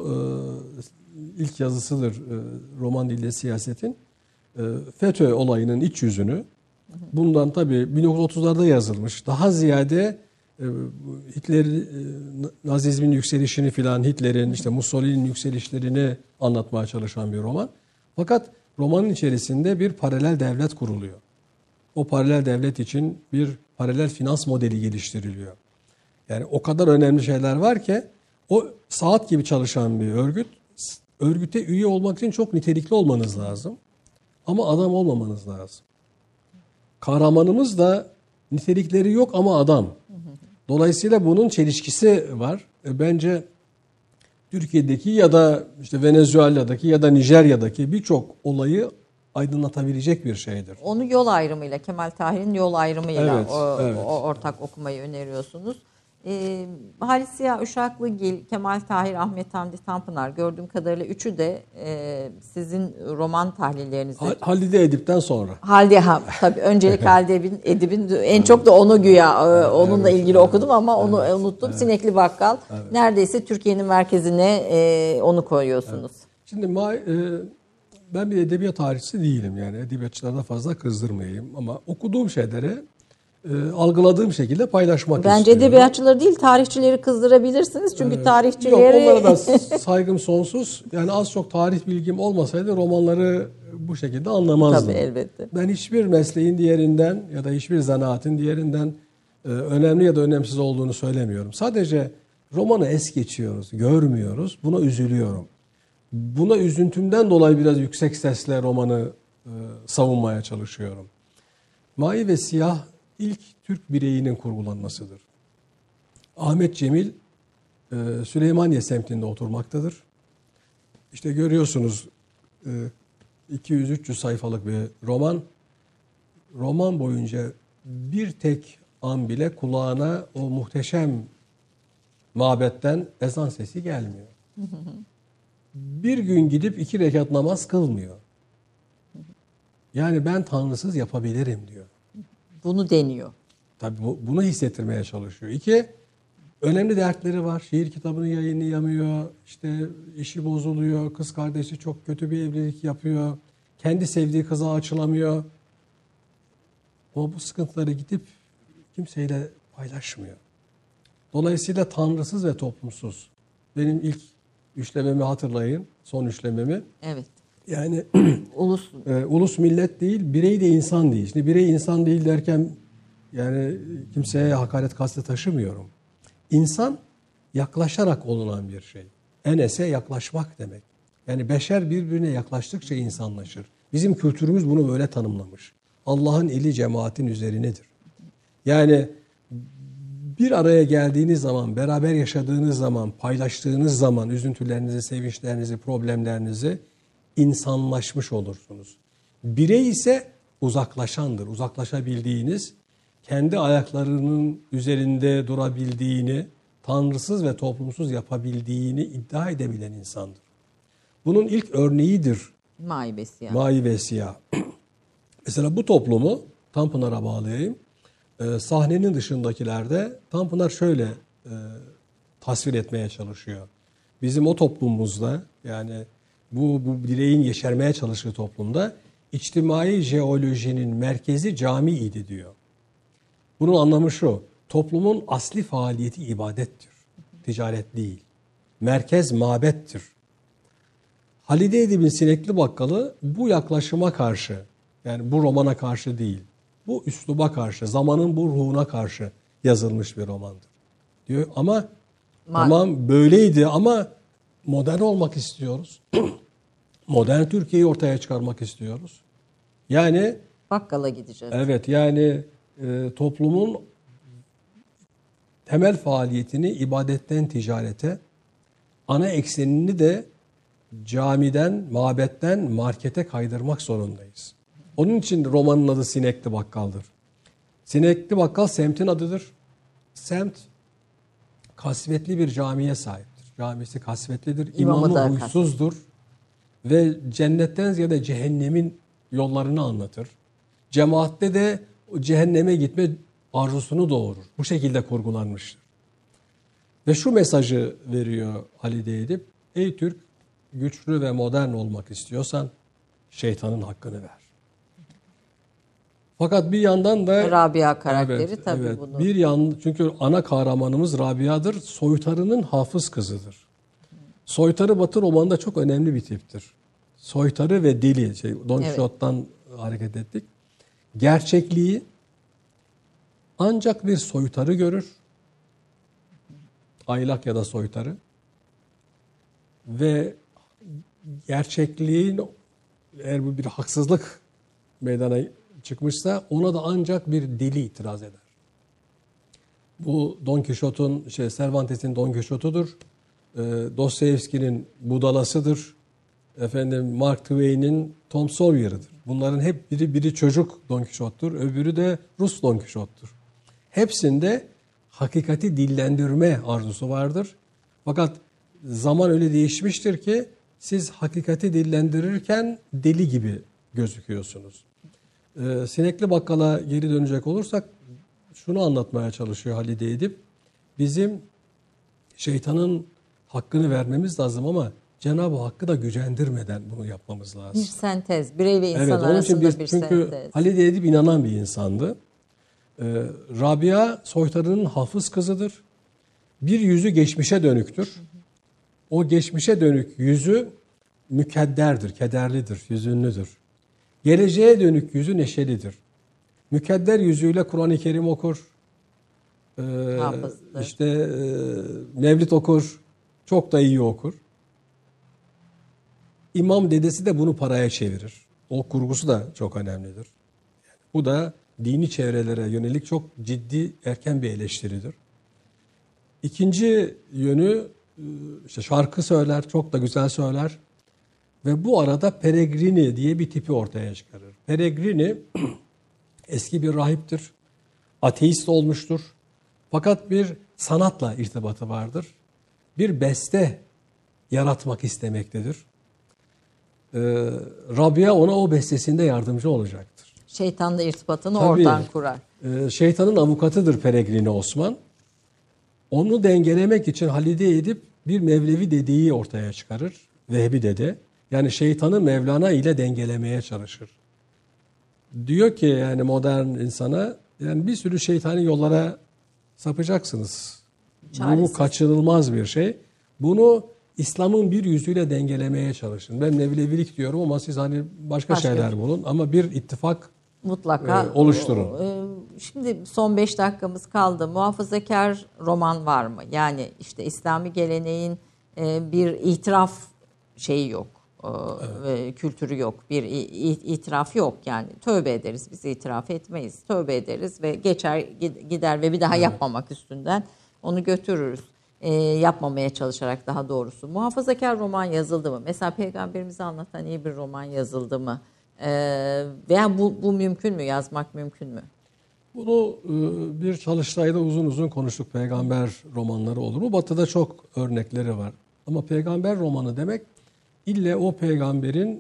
Speaker 2: ilk yazısıdır roman diliyle siyasetin. FETÖ olayının iç yüzünü, bundan tabii 1930'larda yazılmış. Daha ziyade Hitler, Nazizmin yükselişini filan, Hitler'in, işte Mussolini'nin yükselişlerini anlatmaya çalışan bir roman. Fakat romanın içerisinde bir paralel devlet kuruluyor. O paralel devlet için bir paralel finans modeli geliştiriliyor. Yani o kadar önemli şeyler var ki o saat gibi çalışan bir örgüt. Örgüte üye olmak için çok nitelikli olmanız lazım. Ama adam olmamanız lazım. Kahramanımız da nitelikleri yok ama adam. Dolayısıyla bunun çelişkisi var. Bence Türkiye'deki ya da işte Venezuela'daki ya da Nijerya'daki birçok olayı aydınlatabilecek bir şeydir.
Speaker 3: Onu yol ayrımıyla, Kemal Tahir'in yol ayrımıyla
Speaker 2: evet.
Speaker 3: O ortak okumayı öneriyorsunuz. Halis Ziya Uşaklıgil, Kemal Tahir, Ahmet Hamdi Tanpınar gördüğüm kadarıyla üçü de sizin roman tahlillerinizi.
Speaker 2: Halide Edip'ten sonra.
Speaker 3: Tabii öncelik Halide Edip'in en çok da onu güya onunla ilgili okudum ama onu unuttum. Evet. Sinekli Bakkal. Evet. Neredeyse Türkiye'nin merkezine onu koyuyorsunuz.
Speaker 2: Evet. Şimdi ben bir edebiyat tarihçisi değilim, yani edebiyatçılara fazla kızdırmayayım ama okuduğum şeyleri algıladığım şekilde paylaşmak istiyorum.
Speaker 3: Bence edebiyatçıları değil, tarihçileri kızdırabilirsiniz. Çünkü tarihçileri...
Speaker 2: Yok, onlara da saygım sonsuz. Yani az çok tarih bilgim olmasaydı romanları bu şekilde anlamazdım.
Speaker 3: Tabii, elbette.
Speaker 2: Ben hiçbir mesleğin diğerinden ya da hiçbir zanaatin diğerinden önemli ya da önemsiz olduğunu söylemiyorum. Sadece romanı es geçiyoruz, görmüyoruz. Buna üzülüyorum. Buna üzüntümden dolayı biraz yüksek sesle romanı savunmaya çalışıyorum. Mavi ve siyah ilk Türk bireyinin kurgulanmasıdır. Ahmet Cemil Süleymaniye semtinde oturmaktadır. İşte görüyorsunuz 200-300 sayfalık bir roman. Roman boyunca bir tek an bile kulağına o muhteşem mabetten ezan sesi gelmiyor. Bir gün gidip 2 rekat namaz kılmıyor. Yani ben tanrısız yapabilirim diyor.
Speaker 3: Bunu deniyor.
Speaker 2: Tabii bunu hissettirmeye çalışıyor. 2, önemli dertleri var. Şiir kitabını yayınlayamıyor. İşte işi bozuluyor. Kız kardeşi çok kötü bir evlilik yapıyor. Kendi sevdiği kıza açılamıyor. Ama bu sıkıntıları gidip kimseyle paylaşmıyor. Dolayısıyla tanrısız ve toplumsuz. Benim ilk üçlememi hatırlayın. Son üçlememi.
Speaker 3: Evet.
Speaker 2: Yani
Speaker 3: Ulus
Speaker 2: millet değil, birey de insan değil. Şimdi birey insan değil derken yani kimseye hakaret kastı taşımıyorum. İnsan yaklaşarak olunan bir şey. Enes'e yaklaşmak demek. Yani beşer birbirine yaklaştıkça insanlaşır. Bizim kültürümüz bunu böyle tanımlamış. Allah'ın eli cemaatin üzerinedir. Yani bir araya geldiğiniz zaman, beraber yaşadığınız zaman, paylaştığınız zaman üzüntülerinizi, sevinçlerinizi, problemlerinizi insanlaşmış olursunuz. Birey ise uzaklaşandır. Uzaklaşabildiğiniz, kendi ayaklarının üzerinde durabildiğini, tanrısız ve toplumsuz yapabildiğini iddia edebilen insandır. Bunun ilk örneğidir
Speaker 3: Mavi ve siyah.
Speaker 2: Mavi ve siyah. Mesela bu toplumu Tanpınar'a bağlayayım. Sahnenin dışındakilerde Tanpınar şöyle tasvir etmeye çalışıyor. Bizim o toplumumuzda, yani bu bireyin yeşermeye çalıştığı toplumda içtimai jeolojinin merkezi cami idi diyor. Bunun anlamı şu: toplumun asli faaliyeti ibadettir, ticaret değil. Merkez mabettir. Halide Edip'in Sinekli Bakkalı bu yaklaşıma karşı, yani bu romana karşı değil, bu üsluba karşı, zamanın bu ruhuna karşı yazılmış bir romandır. Diyor ama tamam böyleydi ama modern olmak istiyoruz. Modern Türkiye'yi ortaya çıkarmak istiyoruz. Yani
Speaker 3: bakkala gideceğiz.
Speaker 2: Evet, yani toplumun temel faaliyetini ibadetten ticarete, ana eksenini de camiden, mabetten markete kaydırmak zorundayız. Onun için romanın adı Sinekli Bakkal'dır. Sinekli Bakkal semtin adıdır. Semt kasvetli bir camiye sahiptir. Camisi kasvetlidir. İmamı huysuzdur. Ve cennetten ziyade cehennemin yollarını anlatır. Cemaatte de cehenneme gitme arzusunu doğurur. Bu şekilde kurgulanmıştır. Ve şu mesajı veriyor Halide Edip: ey Türk, güçlü ve modern olmak istiyorsan şeytanın hakkını ver. Fakat bir yandan da
Speaker 3: Rabia karakteri tabii bunu.
Speaker 2: Çünkü ana kahramanımız Rabia'dır. Soytarının hafız kızıdır. Soytarı Batı romanında çok önemli bir tiptir. Soytarı ve deli, Don Quixote'dan hareket ettik. Gerçekliği ancak bir soytarı görür. Aylak ya da soytarı. Ve gerçekliğin, eğer bu bir haksızlık meydana çıkmışsa, ona da ancak bir deli itiraz eder. Bu Don Quixote'un, Cervantes'in Don Quixote'udur. Dostoyevski'nin budalasıdır. Mark Twain'in Tom Sawyer'ıdır. Bunların hep biri çocuk Don Quixote'tur, öbürü de Rus Don Quixote'tur. Hepsinde hakikati dillendirme arzusu vardır. Fakat zaman öyle değişmiştir ki siz hakikati dillendirirken deli gibi gözüküyorsunuz. Sinekli Bakkal'a geri dönecek olursak şunu anlatmaya çalışıyor Halide Edip: bizim şeytanın hakkını vermemiz lazım ama Cenab-ı Hakk'ı da gücendirmeden bunu yapmamız lazım.
Speaker 3: Bir sentez, birey ve insan arasında bir
Speaker 2: çünkü
Speaker 3: sentez.
Speaker 2: Halide Edip inanan bir insandı. Rabia soytarının hafız kızıdır. Bir yüzü geçmişe dönüktür. O geçmişe dönük yüzü mükedderdir, kederlidir, hüzünlüdür. Geleceğe dönük yüzü neşelidir. Mükedder yüzüyle Kur'an-ı Kerim okur. Mevlid okur. Çok da iyi okur. İmam dedesi de bunu paraya çevirir. O kurgusu da çok önemlidir. Bu da dini çevrelere yönelik çok ciddi erken bir eleştiridir. İkinci yönü işte şarkı söyler, çok da güzel söyler. Ve bu arada Peregrini diye bir tipi ortaya çıkarır. Peregrini eski bir rahiptir. Ateist olmuştur. Fakat bir sanatla irtibatı vardır. Bir beste yaratmak istemektedir. Rabia ona o bestesinde yardımcı olacaktır.
Speaker 3: Şeytanla irtibatını
Speaker 2: Tabii,
Speaker 3: oradan kurar.
Speaker 2: Şeytanın avukatıdır Peregrini Osman. Onu dengelemek için halide edip bir Mevlevi dediği ortaya çıkarır. Vehbi dede. Yani şeytanı Mevlana ile dengelemeye çalışır. Diyor ki yani modern insana yani bir sürü şeytani yollara sapacaksınız. Bu kaçınılmaz bir şey. Bunu İslam'ın bir yüzüyle dengelemeye çalışın. Ben Mevlevilik diyorum ama siz hani başka şeyler bulun ama bir ittifak
Speaker 3: mutlaka
Speaker 2: oluşturun.
Speaker 3: Şimdi son 5 dakikamız kaldı. Muhafazakar roman var mı? Yani işte İslami geleneğin bir itiraf şeyi yok. Evet. Kültürü yok. Bir itiraf yok. Yani tövbe ederiz. Biz itiraf etmeyiz. Tövbe ederiz ve geçer gider ve bir daha yapmamak üstünden onu götürürüz. Yapmamaya çalışarak daha doğrusu. Muhafazakar roman yazıldı mı? Mesela Peygamberimizi anlatan iyi bir roman yazıldı mı? Veya bu mümkün mü? Yazmak mümkün mü?
Speaker 2: Bunu bir çalıştayda uzun uzun konuştuk. Peygamber romanları olur mu? Batı'da çok örnekleri var. Ama peygamber romanı demek ille o peygamberin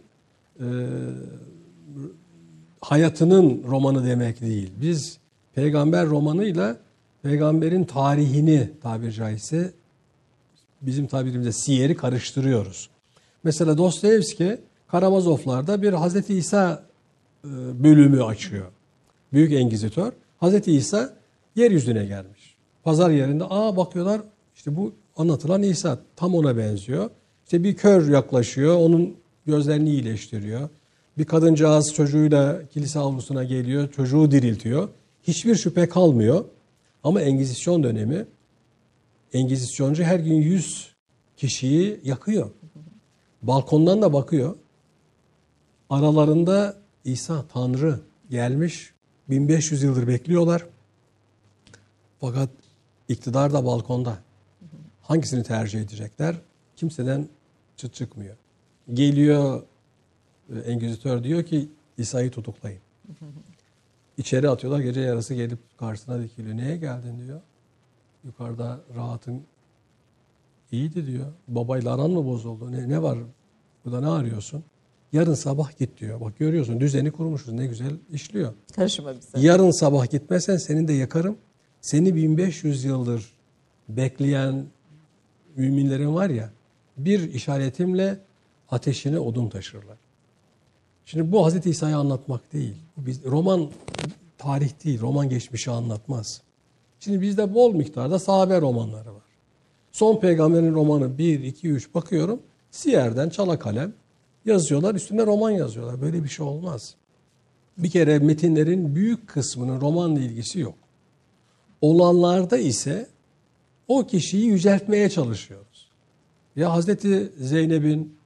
Speaker 2: hayatının romanı demek değil. Biz peygamber romanıyla peygamberin tarihini tabiri caizse bizim tabirimizde siyeri karıştırıyoruz. Mesela Dostoyevski Karamazovlar'da bir Hazreti İsa bölümü açıyor. Büyük Engizitör. Hazreti İsa yeryüzüne gelmiş. Pazar yerinde bakıyorlar işte bu anlatılan İsa tam ona benziyor. İşte bir kör yaklaşıyor, onun gözlerini iyileştiriyor. Bir kadıncağız çocuğuyla kilise avlusuna geliyor, çocuğu diriltiyor. Hiçbir şüphe kalmıyor. Ama Engizisyon dönemi, Engizisyoncu her gün 100 kişiyi yakıyor. Balkondan da bakıyor. Aralarında İsa Tanrı gelmiş, 1500 yıldır bekliyorlar. Fakat iktidar da balkonda. Hangisini tercih edecekler? Kimseden çıt çıkmıyor. Geliyor Engizitör diyor ki İsa'yı tutuklayın. İçeri atıyorlar. Gece yarısı gelip karşısına dikiliyor. Neye geldin diyor. Yukarıda rahatın iyiydi diyor. Babayla aran mı bozuldu? Ne var? Burada ne arıyorsun? Yarın sabah git diyor. Bak görüyorsun düzeni kurmuşuz. Ne güzel işliyor.
Speaker 3: Karışma bize.
Speaker 2: Yarın sabah gitmezsen seni de yakarım. Seni 1500 yıldır bekleyen müminlerin var ya bir işaretimle ateşine odun taşırlar. Şimdi bu Hazreti İsa'yı anlatmak değil. Roman tarih değil, roman geçmişi anlatmaz. Şimdi bizde bol miktarda sahabe romanları var. Son peygamberin romanı 1, 2, 3 bakıyorum. Siyer'den çala kalem yazıyorlar, üstüne roman yazıyorlar. Böyle bir şey olmaz. Bir kere metinlerin büyük kısmının romanla ilgisi yok. Olanlarda ise o kişiyi yüceltmeye çalışıyoruz. Ya Hazreti Zeynep'in,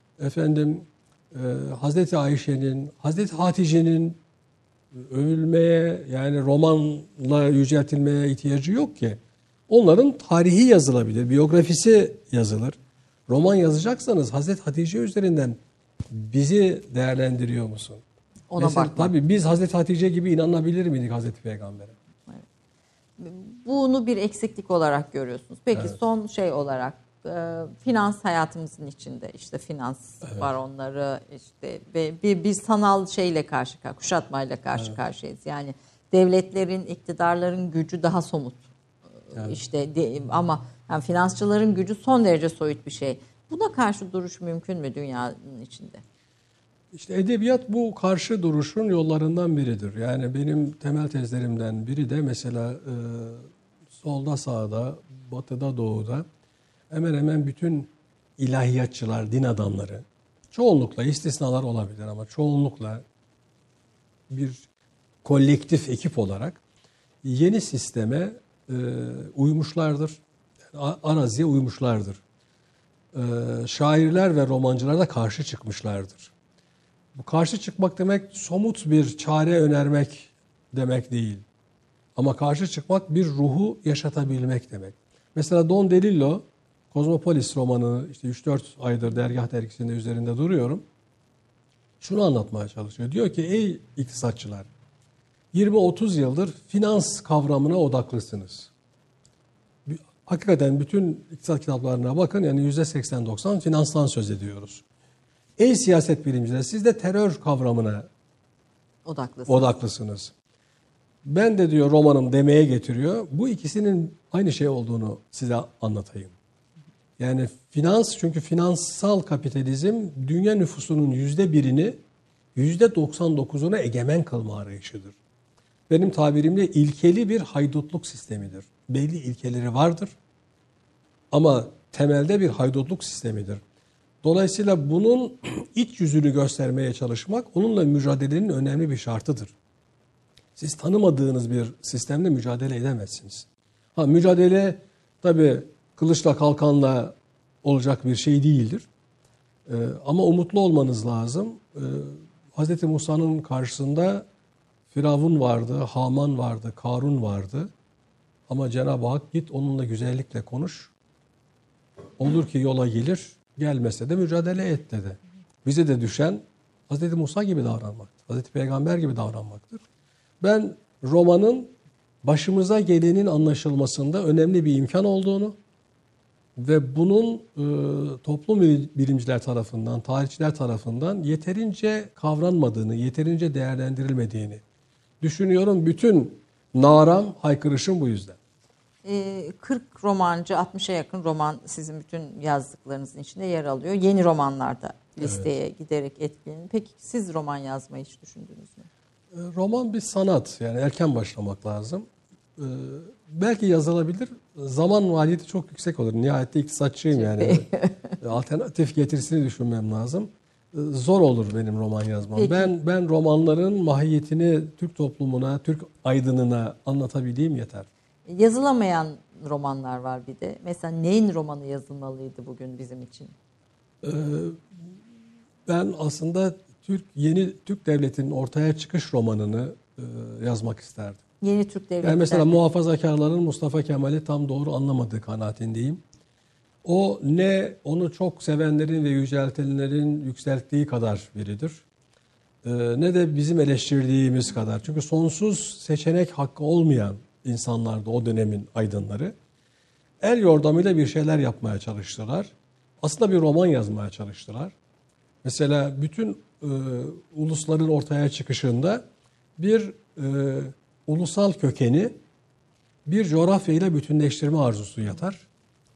Speaker 2: Hazreti Ayşe'nin, Hazreti Hatice'nin övülmeye yani romanla yüceltilmeye ihtiyacı yok ki. Onların tarihi yazılabilir, biyografisi yazılır. Roman yazacaksanız Hazreti Hatice üzerinden bizi değerlendiriyor musun?
Speaker 3: Ona
Speaker 2: mesela,
Speaker 3: bakma.
Speaker 2: tabii biz Hazreti Hatice gibi inanabilir miydik Hazreti Peygamber'e?
Speaker 3: Bunu bir eksiklik olarak görüyorsunuz. Peki evet. Son şey olarak finans hayatımızın içinde işte finans evet. var onları işte ve bir sanal şeyle kuşatmayla karşı karşıyayız. Yani devletlerin, iktidarların gücü daha somut. Evet. İşte ama yani finansçıların gücü son derece soyut bir şey. Buna karşı duruş mümkün mü dünyanın içinde?
Speaker 2: İşte edebiyat bu karşı duruşun yollarından biridir. Yani benim temel tezlerimden biri de mesela solda sağda, batıda doğuda hemen hemen bütün ilahiyatçılar, din adamları, çoğunlukla istisnalar olabilir ama çoğunlukla bir kolektif ekip olarak yeni sisteme uymuşlardır. Yani araziye uymuşlardır. Şairler ve romancılar da karşı çıkmışlardır. Bu karşı çıkmak demek somut bir çare önermek demek değil. Ama karşı çıkmak bir ruhu yaşatabilmek demek. Mesela Don DeLillo, Kozmopolis romanını işte 3-4 aydır Dergah dergisinde üzerinde duruyorum. Şunu anlatmaya çalışıyor. Diyor ki ey iktisatçılar, 20-30 yıldır finans kavramına odaklısınız. Hakikaten bütün iktisat kitaplarına bakın, yani %80-90 finanstan söz ediyoruz. Ey siyaset bilimciler, siz de terör kavramına odaklısınız. Ben de diyor romanım demeye getiriyor. Bu ikisinin aynı şey olduğunu size anlatayım. Yani finans, çünkü finansal kapitalizm dünya nüfusunun %1'ini %99'una egemen kılma arayışıdır. Benim tabirimle ilkeli bir haydutluk sistemidir. Belli ilkeleri vardır ama temelde bir haydutluk sistemidir. Dolayısıyla bunun iç yüzünü göstermeye çalışmak onunla mücadelenin önemli bir şartıdır. Siz tanımadığınız bir sistemle mücadele edemezsiniz. Mücadele tabii kılıçla kalkanla olacak bir şey değildir. Ama umutlu olmanız lazım. Hz. Musa'nın karşısında Firavun vardı, Haman vardı, Karun vardı. Ama Cenab-ı Hak git onunla güzellikle konuş. Olur ki yola gelir, gelmese de mücadele et dedi. Bize de düşen Hz. Musa gibi davranmaktır. Hz. Peygamber gibi davranmaktır. Ben romanın başımıza gelenin anlaşılmasında önemli bir imkan olduğunu ve bunun toplum bilimciler tarafından, tarihçiler tarafından yeterince kavranmadığını, yeterince değerlendirilmediğini düşünüyorum. Bütün naram, haykırışım bu yüzden.
Speaker 3: 40 romancı, 60'a yakın roman sizin bütün yazdıklarınızın içinde yer alıyor. Yeni romanlar da listeye giderek etkileniyor. Peki siz roman yazmayı hiç düşündünüz mü?
Speaker 2: Roman bir sanat, yani erken başlamak lazım. Belki yazılabilir. Zaman maliyeti çok yüksek olur. Nihayette iktisatçıyım yani. Alternatif getirisini düşünmem lazım. Zor olur benim roman yazmam.
Speaker 3: Peki.
Speaker 2: Ben romanların mahiyetini Türk toplumuna, Türk aydınına anlatabileyim yeter.
Speaker 3: Yazılamayan romanlar var bir de. Mesela neyin romanı yazılmalıydı bugün bizim için?
Speaker 2: Ben aslında yeni Türk Devleti'nin ortaya çıkış romanını yazmak isterdim.
Speaker 3: Yeni Türk Devleti.
Speaker 2: Yani mesela muhafazakarların Mustafa Kemal'i tam doğru anlamadığı kanaatindeyim. O ne onu çok sevenlerin ve yüceltenlerin yükselttiği kadar biridir. Ne de bizim eleştirdiğimiz kadar. Çünkü sonsuz seçenek hakkı olmayan insanlardı o dönemin aydınları. El yordamıyla bir şeyler yapmaya çalıştılar. Aslında bir roman yazmaya çalıştılar. Mesela bütün ulusların ortaya çıkışında bir ulusal kökeni bir coğrafyayla bütünleştirme arzusu yatar.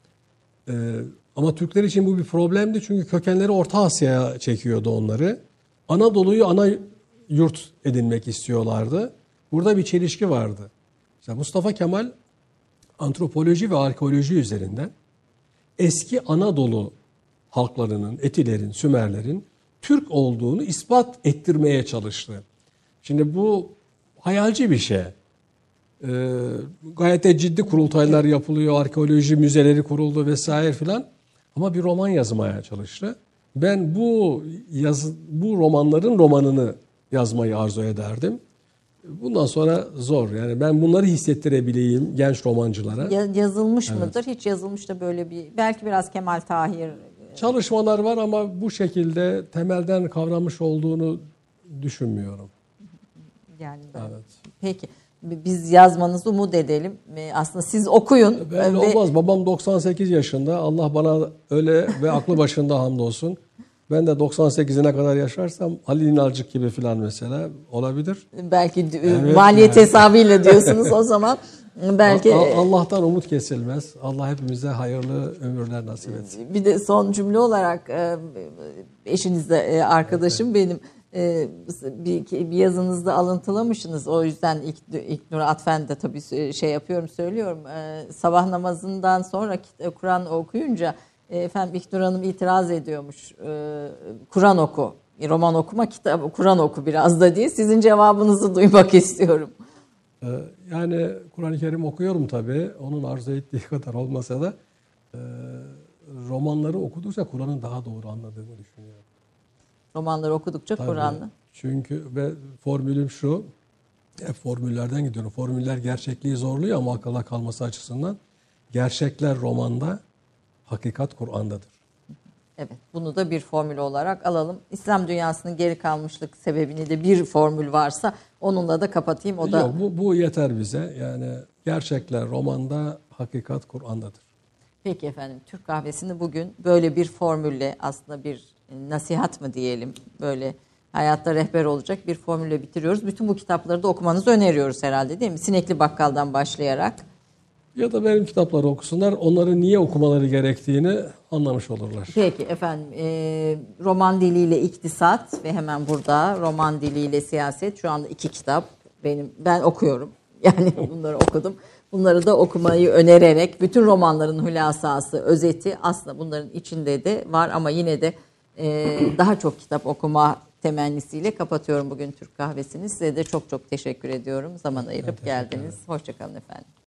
Speaker 2: Ama Türkler için bu bir problemdi, çünkü kökenleri Orta Asya'ya çekiyordu onları. Anadolu'yu ana yurt edinmek istiyorlardı. Burada bir çelişki vardı. Mesela Mustafa Kemal antropoloji ve arkeoloji üzerinden eski Anadolu halklarının, Etilerin, Sümerlerin Türk olduğunu ispat ettirmeye çalıştı. Şimdi bu hayalci bir şey. Gayet de ciddi kurultaylar yapılıyor, arkeoloji müzeleri kuruldu vesaire filan. Ama bir roman yazmaya çalıştı. Ben bu romanların romanını yazmayı arzu ederdim. Bundan sonra zor. Yani ben bunları hissettirebileyim genç romancılara.
Speaker 3: Yazılmış mıdır? Hiç yazılmış da böyle bir, belki biraz Kemal Tahir.
Speaker 2: Çalışmalar var ama bu şekilde temelden kavramış olduğunu düşünmüyorum.
Speaker 3: Yani
Speaker 2: evet.
Speaker 3: Peki. Biz yazmanızı umut edelim. Aslında siz okuyun.
Speaker 2: Böyle olmaz. Babam 98 yaşında. Allah bana öyle ve aklı başında hamdolsun. Ben de 98'ine kadar yaşarsam Ali İnalcık gibi falan mesela olabilir.
Speaker 3: Belki maliyet hesabıyla diyorsunuz o zaman. Belki
Speaker 2: Allah'tan umut kesilmez. Allah hepimize hayırlı ömürler nasip etsin.
Speaker 3: Bir de son cümle olarak eşinizle arkadaşım benim bir yazınızda alıntılamışsınız. O yüzden İlknur atfen de tabii söylüyorum. Sabah namazından sonra Kur'an okuyunca efendim İlknur Hanım itiraz ediyormuş. Kur'an oku. Roman okuma, Kur'an oku biraz da diye. Sizin cevabınızı duymak istiyorum.
Speaker 2: Yani Kur'an-ı Kerim okuyorum tabii. Onun arzu ettiği kadar olmasa da romanları okudukça Kur'an'ın daha doğru anladığımı düşünüyorum.
Speaker 3: Romanları okudukça
Speaker 2: Tabii.
Speaker 3: Kur'an'ı.
Speaker 2: Çünkü ve formülüm şu, formüllerden gidiyorum. Formüller gerçekliği zorluyor ama akılda kalması açısından gerçekler romanda, hakikat Kur'an'dadır.
Speaker 3: Evet, bunu da bir formül olarak alalım. İslam dünyasının geri kalmışlık sebebini de bir formül varsa onunla da kapatayım. O da
Speaker 2: Yok, bu yeter bize. Yani gerçekler romanda, hakikat Kur'an'dadır.
Speaker 3: Peki efendim, Türk kahvesini bugün böyle bir formülle, aslında bir nasihat mı diyelim, böyle hayatta rehber olacak bir formülle bitiriyoruz. Bütün bu kitapları da okumanızı öneriyoruz herhalde, değil mi? Sinekli Bakkal'dan başlayarak.
Speaker 2: Ya da benim kitapları okusunlar, onları niye okumaları gerektiğini anlamış olurlar.
Speaker 3: Peki efendim, roman diliyle iktisat ve hemen burada roman diliyle siyaset, şu anda 2 kitap ben okuyorum. Yani bunları okudum. Bunları da okumayı önererek, bütün romanların hülasası, özeti aslında bunların içinde de var ama yine de daha çok kitap okuma temennisiyle kapatıyorum bugün Türk kahvesini. Size de çok çok teşekkür ediyorum. Zaman ayırıp geldiniz. Hoşça kalın efendim.